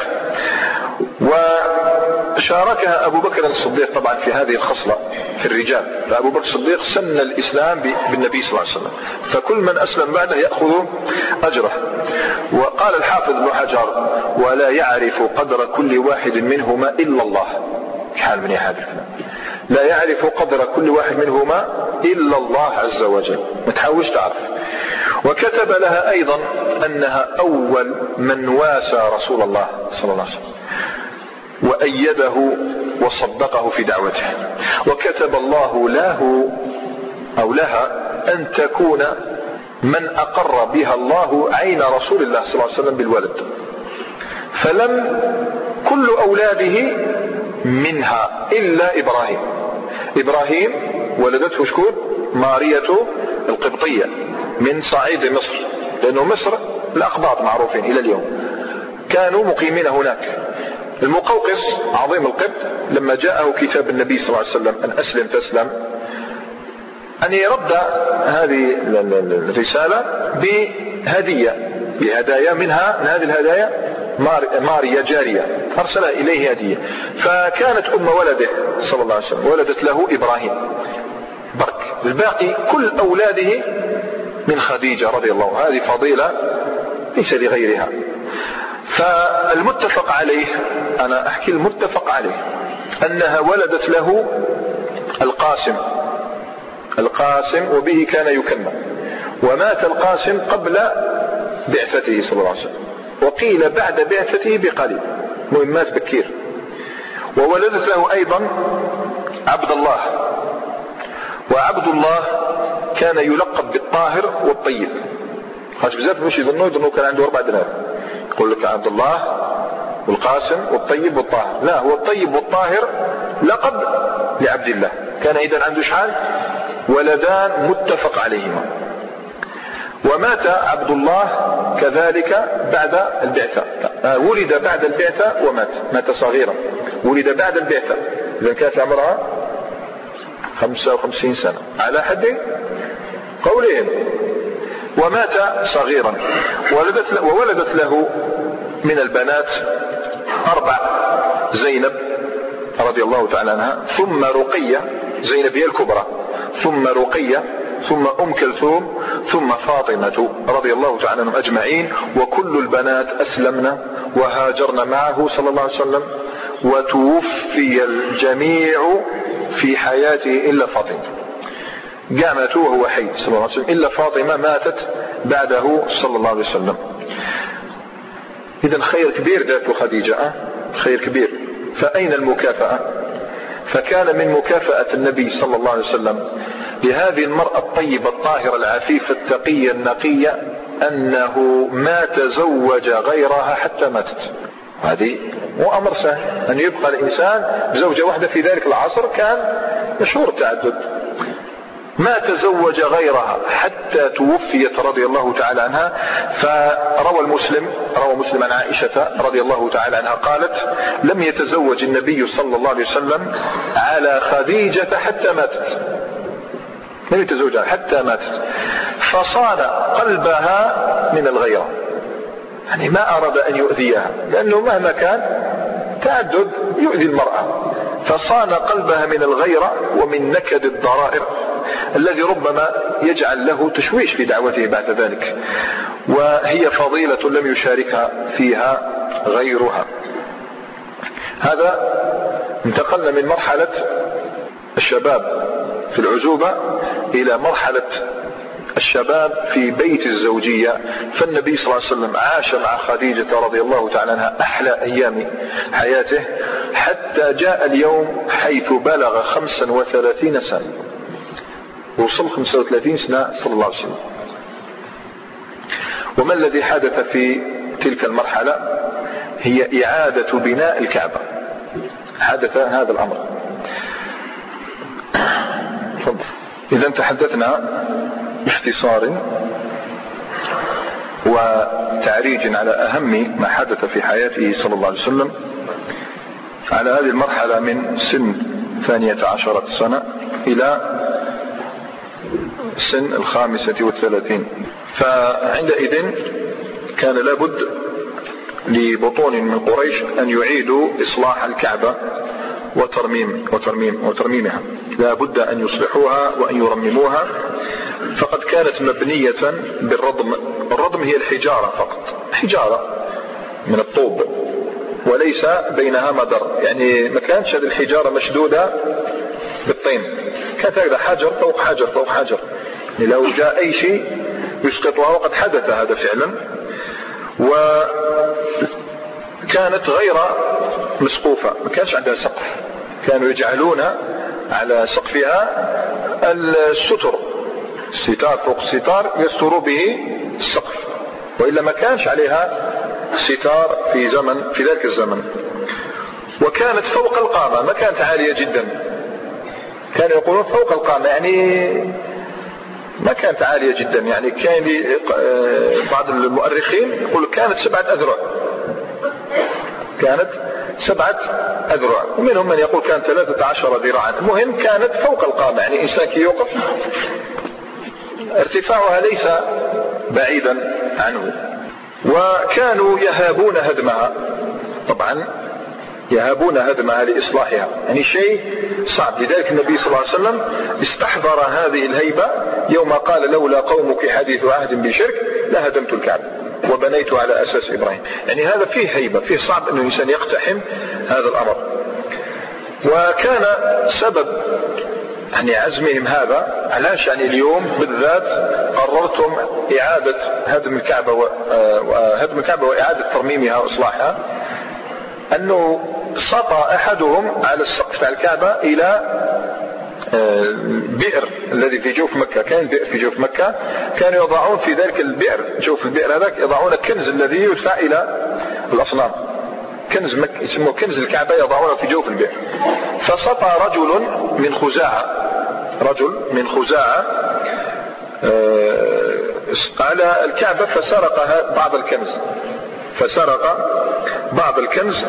وشاركها أبو بكر الصديق طبعا في هذه الخصلة في الرجال، فأبو بكر الصديق سن الإسلام بالنبي صلى الله عليه وسلم، فكل من أسلم بعده يأخذ أجره. وقال الحافظ ابن حجر: ولا يعرف قدر كل واحد منهما إلا الله. حال من هذا الكلام، لا يعرف قدر كل واحد منهما إلا الله عز وجل، ما تحاولش تعرف. وكتب لها أيضا أنها أول من واسى رسول الله صلى الله عليه وسلم وأيده وصدقه في دعوته. وكتب الله له أو لها أن تكون من أقر بها الله عين رسول الله صلى الله عليه وسلم بالولد. فلم كل أولاده منها إلا إبراهيم ولدته شكون؟ مارية القبطية من صعيد مصر، لأنه مصر الأقباط معروفين إلى اليوم، كانوا مقيمين هناك. المقوقس عظيم القبط لما جاءه كتاب النبي صلى الله عليه وسلم أن أسلم تسلم، أن يرد هذه الرسالة بهدايا منها من هذه الهدايا ماريا جارية أرسلها إليه هدية. فكانت أم ولده صلى الله عليه وسلم ولدت له إبراهيم برك، الباقي كل أولاده من خديجة رضي الله عنها. هذه فضيلة ليس لغيرها. فالمتفق عليه، أنا أحكي المتفق عليه، أنها ولدت له القاسم وبه كان يكنى، ومات القاسم قبل بعثته صلى الله عليه وسلم، وقيل بعد بعثته بقليل، مات بكير. وولدت له أيضا عبد الله، وعبد الله كان يلقب بالطاهر والطيب. خاص بزاف مش يظنوا كان عنده 4 دنار، يقول لك عبد الله والقاسم والطيب والطاهر، لا، هو الطيب والطاهر لقب لعبد الله. كان إذن عنده شحال؟ ولدان متفق عليهما. ومات عبد الله كذلك بعد البعثة، ولد بعد البعثة ومات، مات صغيرا، ولد بعد البعثة، إذا كانت عمرها 55 سنة على حد قولهم، ومات صغيرا. وولدت له من البنات 4: زينب رضي الله تعالى عنها، ثم رقية، زينب هي الكبرى، ثم رقية، ثم أم كلثوم، ثم فاطمة رضي الله تعالى عنهم أجمعين. وكل البنات أسلمن وهاجرن معه صلى الله عليه وسلم، وتوفي الجميع في حياته إلا فاطمة، ماتوا وهو حي صلى الله عليه وسلم، إلا فاطمة ماتت بعده صلى الله عليه وسلم. إذن خير كبير ذات خديجة، خير كبير. فأين المكافأة؟ فكان من مكافأة النبي صلى الله عليه وسلم لهذه المرأة الطيبة الطاهرة العفيفة التقية النقية أنه ما تزوج غيرها حتى ماتت. هذه مو أمر سهل أن يبقى الإنسان بزوجة واحدة في ذلك العصر، كان مشهور التعدد. ما تزوج غيرها حتى توفيت رضي الله تعالى عنها. فروى مسلم عن عائشة رضي الله تعالى عنها قالت: لم يتزوج النبي صلى الله عليه وسلم على خديجة حتى ماتت، لم يتزوجها حتى ماتت، فصان قلبها من الغيرة، يعني ما أراد أن يؤذيها، لأنه مهما كان تعدد يؤذي المرأة، فصان قلبها من الغيرة ومن نكد الضرائر الذي ربما يجعل له تشويش في دعوته بعد ذلك. وهي فضيلة لم يشاركها فيها غيرها. هذا انتقلنا من مرحلة الشباب في العزوبة إلى مرحلة الشباب في بيت الزوجية. فالنبي صلى الله عليه وسلم عاش مع خديجة رضي الله تعالى عنها أحلى أيام حياته، حتى جاء اليوم حيث بلغ 35 سنة، وصل 35 سنة صلى الله عليه وسلم. وما الذي حدث في تلك المرحلة؟ هي إعادة بناء الكعبة، حدث هذا الأمر. إذا تحدثنا باختصار وتعريج على أهم ما حدث في حياته صلى الله عليه وسلم على هذه المرحلة من سن 12 سنة إلى سن 35. فعندئذ كان لابد لبطون من قريش أن يعيدوا إصلاح الكعبة وترميمها، لا بد أن يصلحوها وأن يرمموها. فقد كانت مبنية بالردم، الردم هي الحجارة فقط، حجارة من الطوب وليس بينها مدر، يعني ما كانتش هذه الحجارة مشدودة بالطين، كانت هكذا حجر فوق حجر فوق حجر، يعني لو جاء أي شيء يسقطها، وقد حدث هذا فعلا. وكانت غير مسقوفة، ما كانش عندها سقف، كانوا يجعلون على سقفها الستر، الستار فوق الستار يستر به السقف، وإلا ما كانش عليها ستار في ذلك الزمن. وكانت فوق القامة، ما كانت عالية جدا، كانوا يقولون فوق القامة، يعني ما كانت عالية جدا، يعني كان بعض المؤرخين يقول كانت 7 أذرع، كانت 7 أذرع، ومنهم من يقول كانت 13 ذراعا. المهم كانت فوق القامة، يعني إنسان كي يوقف ارتفاعها ليس بعيدا عنه. وكانوا يهابون هدمها، طبعا يهابون هدمها لإصلاحها، يعني شيء صعب. لذلك النبي صلى الله عليه وسلم استحضر هذه الهيبة يوم قال: لولا قومك حديث عهد بشرك لهدمت الكعبة وبنيت على أساس إبراهيم. يعني هذا فيه هيبة، فيه صعب أن الإنسان يقتحم هذا الأمر. وكان سبب يعني عزمهم هذا، علاش يعني اليوم بالذات قررتم إعادة هدم الكعبة وإعادة ترميمها وإصلاحها، أنه سطى أحدهم على السقف تاع الكعبة إلى بئر الذي في جوف مكة. كان بئر في جوف مكة، كانوا يضعون في ذلك البئر، جوف البئر هذاك يضعون الكنز الذي يدفع إلى الأصنام، كنز مكة يسموه كنز الكعبة، يضعونه في جوف البئر. فسطى رجل من خزاعة على الكعبة، فسرق بعض الكنز، فسرق بعض الكنز.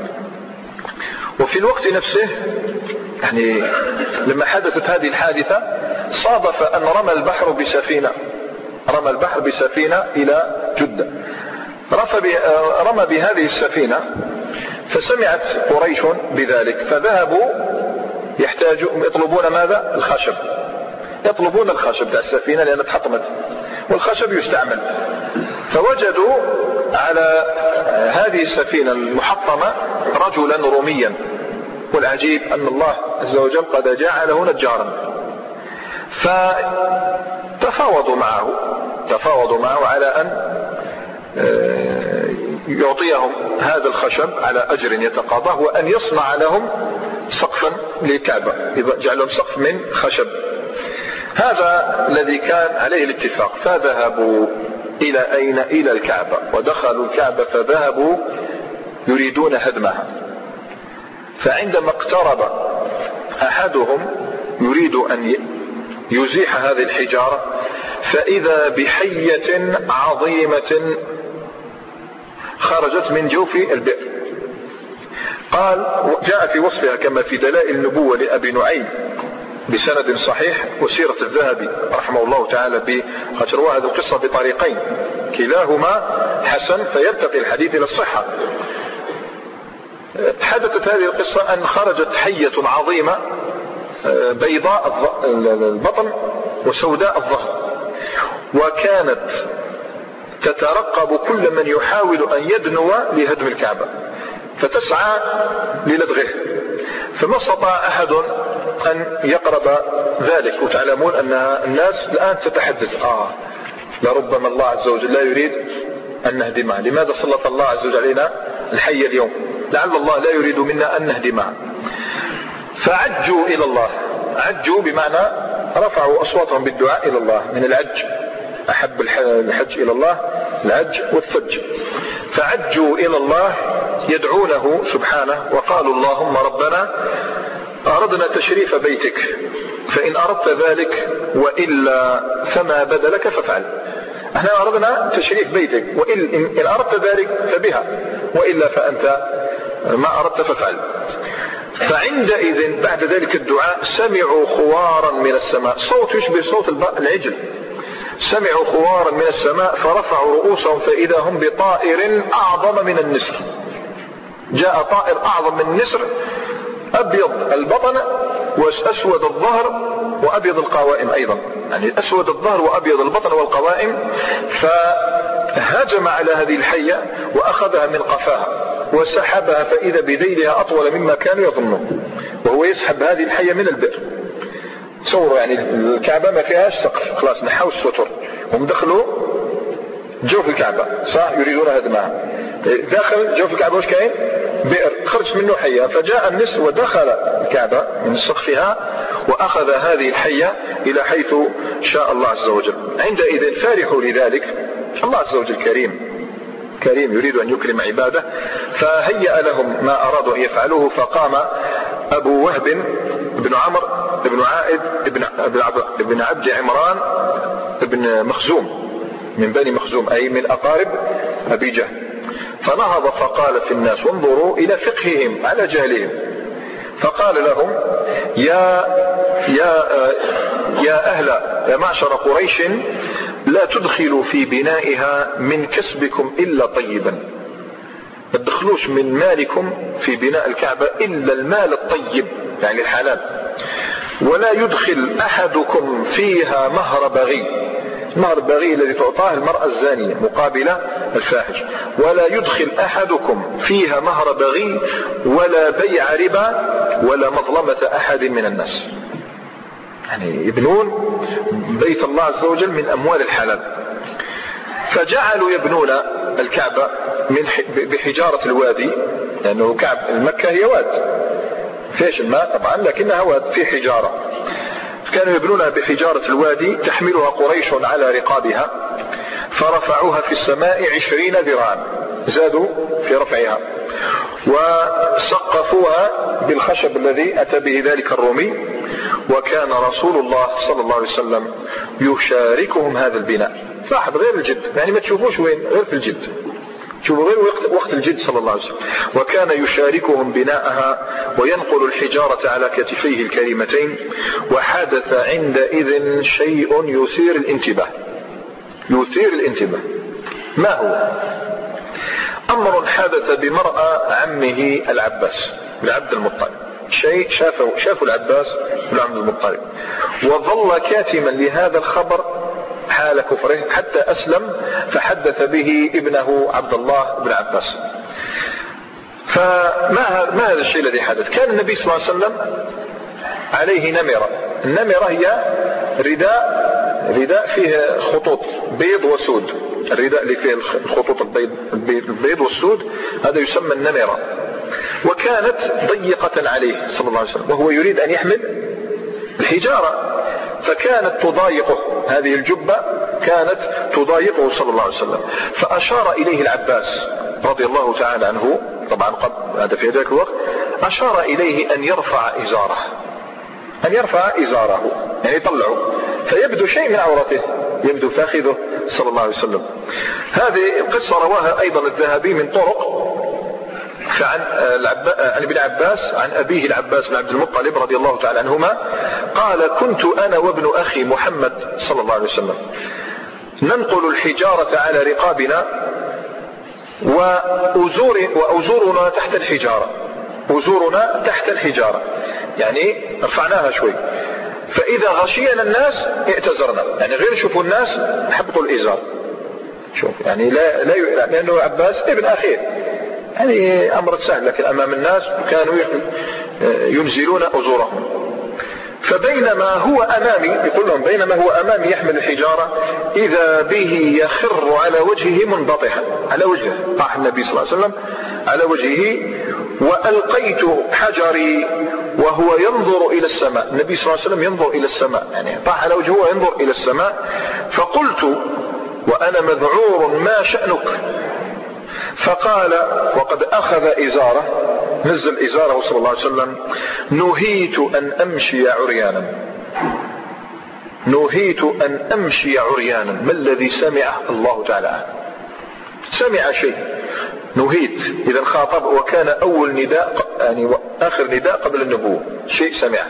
وفي الوقت نفسه يعني لما حدثت هذه الحادثة صادف أن رمى البحر بسفينة إلى جدة، رمى بهذه السفينة، فسمعت قريش بذلك فذهبوا يطلبون ماذا؟ الخشب، يطلبون الخشب تاع السفينة لأنها اتحطمت والخشب يستعمل. فوجدوا على هذه السفينة المحطمة رجلا روميا، والعجيب أن الله عز وجل قد جعله نجارا، فتفاوضوا معه على أن يعطيهم هذا الخشب على أجر يتقاضاه، وأن يصنع لهم سقفا للكعبة، جعل لهم سقف من خشب. هذا الذي كان عليه الاتفاق. فذهبوا إلى أين؟ إلى الكعبة، ودخلوا الكعبة فذهبوا يريدون هدمها. فعندما اقترب أحدهم يريد أن يزيح هذه الحجارة فإذا بحية عظيمة خرجت من جوف البئر. قال جاء في وصفها كما في دلائل النبوة لأبي نعيم بسند صحيح، وسيرة الذهبي رحمه الله تعالى قد روى هذه القصة بطريقين كلاهما حسن فيرتقي الحديث إلى الصحة. حدثت هذه القصة أن خرجت حية عظيمة بيضاء البطن وسوداء الظهر، وكانت تترقب كل من يحاول أن يدنو لهدم الكعبة فتسعى للدغه، فما استطاع أحد أن يقرب ذلك. وتعلمون أن الناس الآن تتحدث لربما الله عز وجل لا يريد أن نهدمها، لماذا سلط الله عز وجل علينا الحي اليوم؟ لعل الله لا يريد منا أن نهدمها. فعجوا إلى الله، عجوا بمعنى رفعوا أصواتهم بالدعاء إلى الله، من العج، أحب الحج إلى الله العج والثج. فعجوا إلى الله يدعونه سبحانه وقالوا اللهم ربنا أردنا تشريف بيتك فإن أردت ذلك وإلا فما بدا لك فافعل. احنا أردنا تشريف بيتك وإن أردت ذلك فبها وإلا فأنت ما أردت فافعل. فعندئذ بعد ذلك الدعاء سمعوا خوارا من السماء، صوت يشبه صوت العجل، سمعوا خوارا من السماء فرفعوا رؤوسهم فإذا هم بطائر أعظم من النسر. جاء طائر أعظم من النسر أبيض البطن وأسود الظهر وأبيض القوائم أيضا، يعني أسود الظهر وأبيض البطن والقوائم. فهجم على هذه الحية وأخذها من قفاها وسحبها فإذا بذيلها أطول مما كانوا يظنون، وهو يسحب هذه الحية من البئر. تصوروا يعني الكعبة ما فيهاش سقف، خلاص نحاول الستر، هم دخلوا جوف الكعبة صح يريدون هدمها، داخل جوف الكعبة وش كاين؟ بئر، خرج منه حية. فجاء النسر ودخل الكعبة من سقفها وأخذ هذه الحية إلى حيث شاء الله عز وجل. عندئذ فرحوا لذلك، الله عز وجل كريم يريد أن يكرم عباده، فهيأ لهم ما أرادوا أن يفعلوه. فقام أبو وهب بن عمرو بن عائد بن عبد عمران بن مخزوم من بني مخزوم، أي من أقارب أبي جهل، فنهض فقال في الناس وانظروا إلى فقههم على جهلهم، فقال لهم يا معشر قريش لا تدخلوا في بنائها من كسبكم إلا طيبا، ما تدخلوش من مالكم في بناء الكعبة إلا المال الطيب يعني الحلال، ولا يدخل أحدكم فيها مهر بغي، مهر البغي الذي تعطاه المرأة الزانية مقابل الفاحش، ولا يدخل أحدكم فيها مهر بغي ولا بيع ربا ولا مظلمة أحد من الناس. يعني يبنون بيت الله عز وجل من أموال الحلال. فجعلوا يبنون الكعبة بحجارة الوادي، لأنه كعب المكة هي واد فيش الماء طبعا لكنها واد في حجارة، كانوا يبنونها بحجارة الوادي تحملها قريش على رقابها، فرفعوها في السماء 20 ذراعا، زادوا في رفعها، وسقفوها بالخشب الذي أتى به ذلك الرومي. وكان رسول الله صلى الله عليه وسلم يشاركهم هذا البناء، لاحظ غير الجد، يعني ما تشوفوش وين غير في الجد، شوفوا غير وقت الجد صلى الله عليه وسلم. وكان يشاركهم بناءها وينقل الحجارة على كتفيه الكريمتين. وحدث عندئذ شيء يثير الانتباه. ما هو؟ أمر حدث بمرأى عمه العباس بن عبد المطلب. شيء شافه العباس بن عبد المطلب، وظل كاتما لهذا الخبر حال كفره حتى أسلم، فحدث به ابنه عبد الله بن عباس. فما هذا الشيء الذي حدث؟ كان النبي صلى الله عليه وسلم عليه نمرة. النمرة هي رداء فيه خطوط بيض وسود. الرداء اللي فيه الخطوط البيض والسود هذا يسمى النمرة. وكانت ضيقة عليه صلى الله عليه وسلم، وهو يريد أن يحمل الحجارة، فكانت تضايقه. هذه الجبة كانت تضايقه صلى الله عليه وسلم. فأشار إليه العباس رضي الله تعالى عنه، طبعا هذا في ذلك الوقت، أشار إليه أن يرفع إزاره، يعني يطلعه فيبدو شيء من عورته، يبدو فاخذه صلى الله عليه وسلم. هذه القصة رواها أيضا الذهبي من طرق، فعن عن ابن عباس عن أبيه العباس بن عبد المطلب رضي الله تعالى عنهما قال: كنت أنا وابن أخي محمد صلى الله عليه وسلم ننقل الحجارة على رقابنا وأزورنا تحت الحجارة، يعني رفعناها شوي، فإذا غشينا الناس اعتذرنا، يعني غير يشوفوا الناس حبطوا الإزار. شوف يعني لأنه عباس ابن أخيه، يعني أمر سهل، لكن أمام الناس كانوا ينزلون أزورهم. فبينما هو أمامي، يقول لهم بينما هو أمامي يحمل الحجارة، إذا به يخر على وجهه منبطحا، على وجهه طاح النبي صلى الله عليه وسلم على وجهه، وألقيت حجري وهو ينظر إلى السماء. النبي صلى الله عليه وسلم ينظر إلى السماء، يعني طاح على وجهه وينظر إلى السماء. فقلت وأنا مذعور: ما شأنك؟ فقال وقد أخذ إزاره، نزل إزاره صلى الله عليه وسلم: نهيت أن أمشي عريانا. ما الذي سمعه؟ الله تعالى سمع شيء. نهيت إذا خاطب، وكان أول نداء يعني آخر نداء قبل النبوة، شيء سمعه.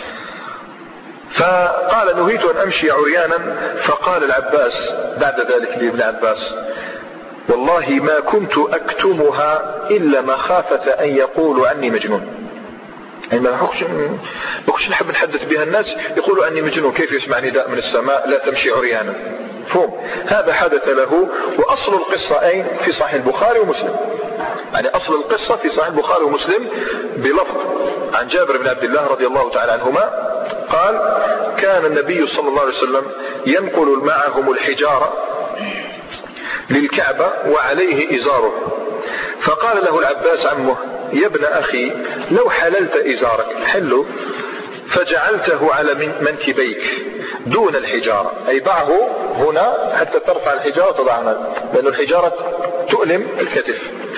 فقال: نهيت أن أمشي عريانا. فقال العباس بعد ذلك لابن عباس: والله ما كنت أكتمها إلا مخافة أن يقولوا عني مجنون. يعني ما بخش نحب نحدث بها الناس يقولوا عني مجنون، كيف يسمع نداء من السماء لا تمشي عريانا؟ فهم هذا حدث له. وأصل القصة أين؟ في صحيح البخاري ومسلم، يعني أصل القصة في صحيح البخاري ومسلم بلفظ عن جابر بن عبد الله رضي الله تعالى عنهما قال: كان النبي صلى الله عليه وسلم ينقل معهم الحجارة للكعبة وعليه إزاره، فقال له العباس عمه: يا ابن أخي لو حللت إزارك حله فجعلته على منكبيك دون الحجارة، أي ضعه هنا حتى ترفع الحجارة وتضعها، لأن الحجارة تؤلم الكتف.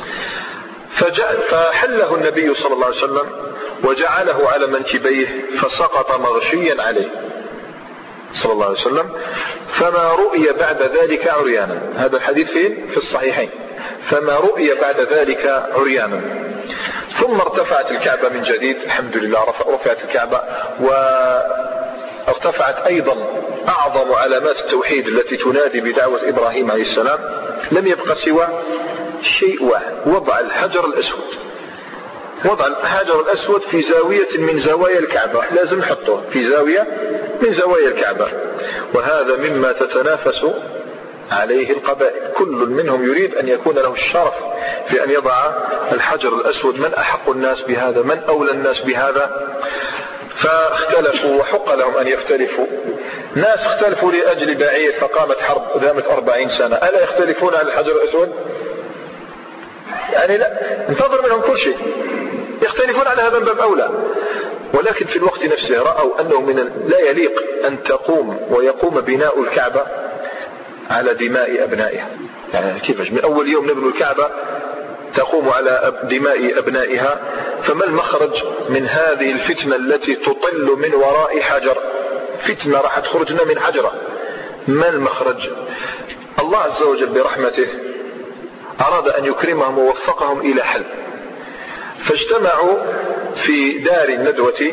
فحله النبي صلى الله عليه وسلم وجعله على منكبيه، فسقط مغشيا عليه صلى الله عليه وسلم، فما رؤي بعد ذلك عريانا. هذا الحديث فين؟ في الصحيحين. فما رؤي بعد ذلك عريانا. ثم ارتفعت الكعبة من جديد، الحمد لله رفعت الكعبة، وارتفعت أيضا أعظم علامات التوحيد التي تنادي بدعوة إبراهيم عليه السلام. لم يبقى سوى شيء واحد: وضع الحجر الأسود في زاوية من زوايا الكعبة، لازم نحطه في زاوية من زوايا الكعبة. وهذا مما تتنافس عليه القبائل، كل منهم يريد أن يكون له الشرف في أن يضع الحجر الأسود. من أحق الناس بهذا؟ من أولى الناس بهذا؟ فاختلفوا، وحق لهم أن يختلفوا. ناس اختلفوا لأجل بعير فقامت حرب دامت 40 سنة، ألا يختلفون على الحجر الأسود؟ يعني لا، انتظر منهم كل شيء، يختلفون على هذا باب أولى. ولكن في الوقت نفسه رأوا أنه لا يليق أن ويقوم بناء الكعبة على دماء أبنائها. يعني كيفاش من أول يوم نبنوا الكعبة تقوم على دماء أبنائها؟ فما المخرج من هذه الفتنة التي تطل من وراء حجر؟ فتنة راح تخرجنا من حجرة. ما المخرج؟ الله عز وجل برحمته أراد أن يكرمهم ووفقهم إلى حل، فاجتمعوا في دار الندوة،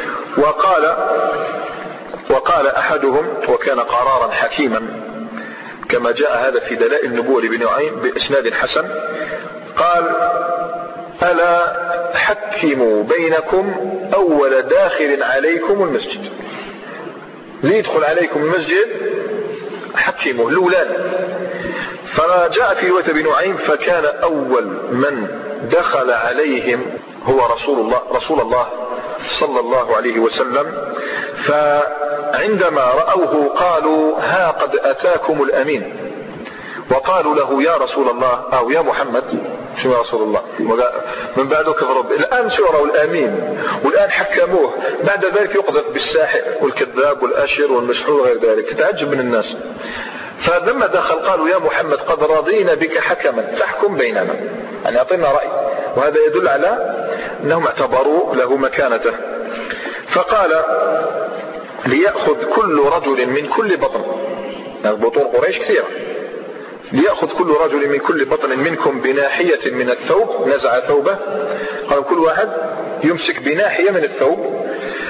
وقال أحدهم، وكان قرارا حكيما كما جاء هذا في دلائل النبوة لابن نعيم بإسناد حسن، قال: ألا حكموا بينكم أول داخل عليكم المسجد، ليدخل عليكم المسجد حكموا الأولان. فجاء في رواية ابن نعيم: فكان أول من دخل عليهم هو رسول الله صلى الله عليه وسلم، فعندما رأوه قالوا: ها قد أتاكم الأمين. وقالوا له: يا رسول الله، أو يا محمد، شو رسول الله من بعده كفر. الآن شوروا الأمين، والآن حكموه، بعد ذلك يقذف بالساحر والكذاب والأشر والمسحور وغير ذلك. تتعجب من الناس. فلما دخل قالوا: يا محمد قد رضينا بك حكما فاحكم بيننا، يعني أعطينا رأي. وهذا يدل على أنهم اعتبروا له مكانته. فقال: ليأخذ كل رجل من كل بطن، يعني بطون قريش كثيرة، ليأخذ كل رجل من كل بطن منكم بناحية من الثوب، نزع ثوبه، قال كل واحد يمسك بناحية من الثوب،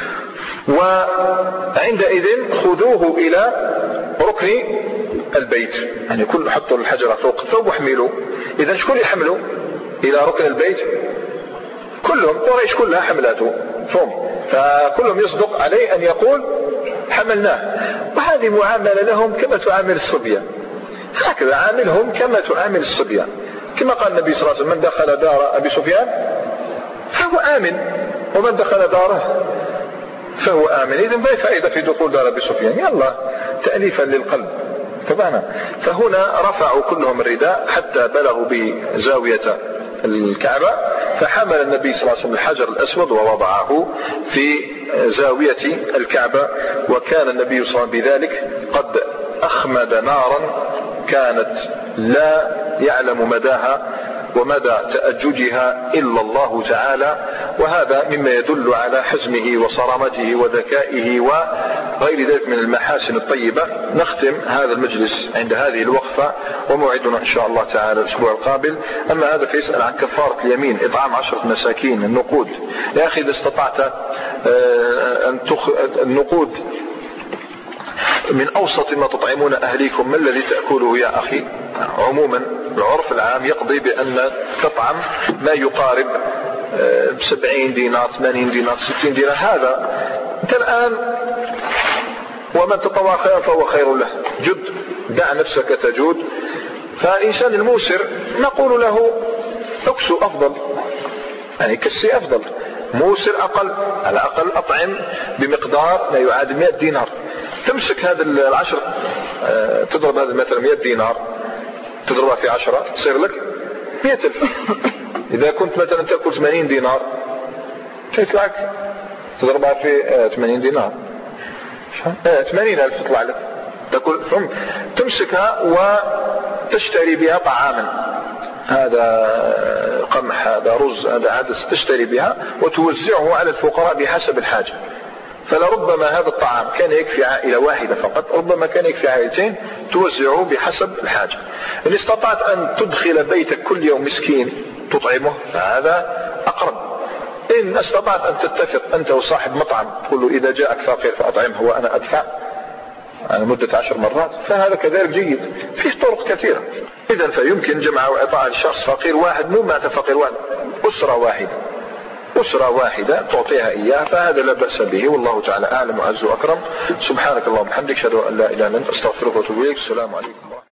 وعندئذ خذوه إلى ركن البيت، يعني كل حطوا الحجر فوق الثوب واحملوا. إذا شكون يحملوا إلى ركن البيت؟ كلهم، قريش كلها حملته فهم، فكلهم يصدق عليه أن يقول حملناه. وهذه معاملة لهم كما تعامل الصبيان، هكذا عاملهم كما تعامل الصبيان، كما قال النبي صلى الله عليه وسلم: من دخل دار أبي سفيان فهو آمن، ومن دخل داره فهو آمن. إذن ما فائدة في دخول دار أبي سفيان؟ يلا تأليفا للقلب. فهنا رفعوا كلهم الرداء حتى بلغوا بزاوية الكعبة، فحمل النبي صلى الله عليه وسلم الحجر الأسود ووضعه في زاوية الكعبة. وكان النبي صلى الله عليه وسلم بذلك قد أخمد نارا كانت لا يعلم مداها ومدى تأججها إلا الله تعالى، وهذا مما يدل على حزمه وصرامته وذكائه وغير ذلك من المحاسن الطيبة. نختم هذا المجلس عند هذه الوقفة، وموعدنا إن شاء الله تعالى الأسبوع القابل. أما هذا فيسأل عن كفارة اليمين، إطعام 10 مساكين النقود. يا أخي إذا استطعت النقود من أوسط ما تطعمون أهليكم، ما الذي تأكله يا أخي؟ عموما العرف العام يقضي بأن تطعم ما يقارب 70 دينار 80 دينار 60 دينار. هذا أنت الآن، ومن تطوع خيرا فهو خير له، جد، دع نفسك تجود. فالإنسان الموسر نقول له أكسو أفضل، يعني كسي أفضل، موسر أقل، على الأقل أطعم بمقدار لا يعادل 100 دينار. تمسك هذا 10، تضرب هذا مثلا 100 دينار تضربها في 10 تصير لك 100,000. إذا كنت مثلا تأكل 80 دينار تطلع لك، تضربها في 80 دينار 80,000 تطلع لك. تأكل ثم تمسكها وتشتري بها طعاما، هذا قمح، هذا رز، هذا عدس، تشتري بها وتوزعه على الفقراء بحسب الحاجة. فلربما هذا الطعام كان يكفي عائلة واحدة فقط، ربما كان يكفي عائلتين، توزعه بحسب الحاجة. إن استطعت أن تدخل بيتك كل يوم مسكين تطعمه فهذا أقرب. إن استطعت أن تتفق أنت وصاحب مطعم تقول له إذا جاءك فقير فأطعمه وأنا أدفع على مدة 10 مرات، فهذا كذلك جيد. فيه طرق كثيرة. إذن فيمكن جمع وإعطاء لشخص فقير واحد، مو مات فقير واحد، أسرة واحدة تعطيها إياه، فهذا لا بأس به، والله تعالى أعلم وأعز وأكرم. سبحانك اللهم وبحمدك، أشهد أن لا إله إلا أنت، أستغفرك وأتوب إليك. السلام عليكم.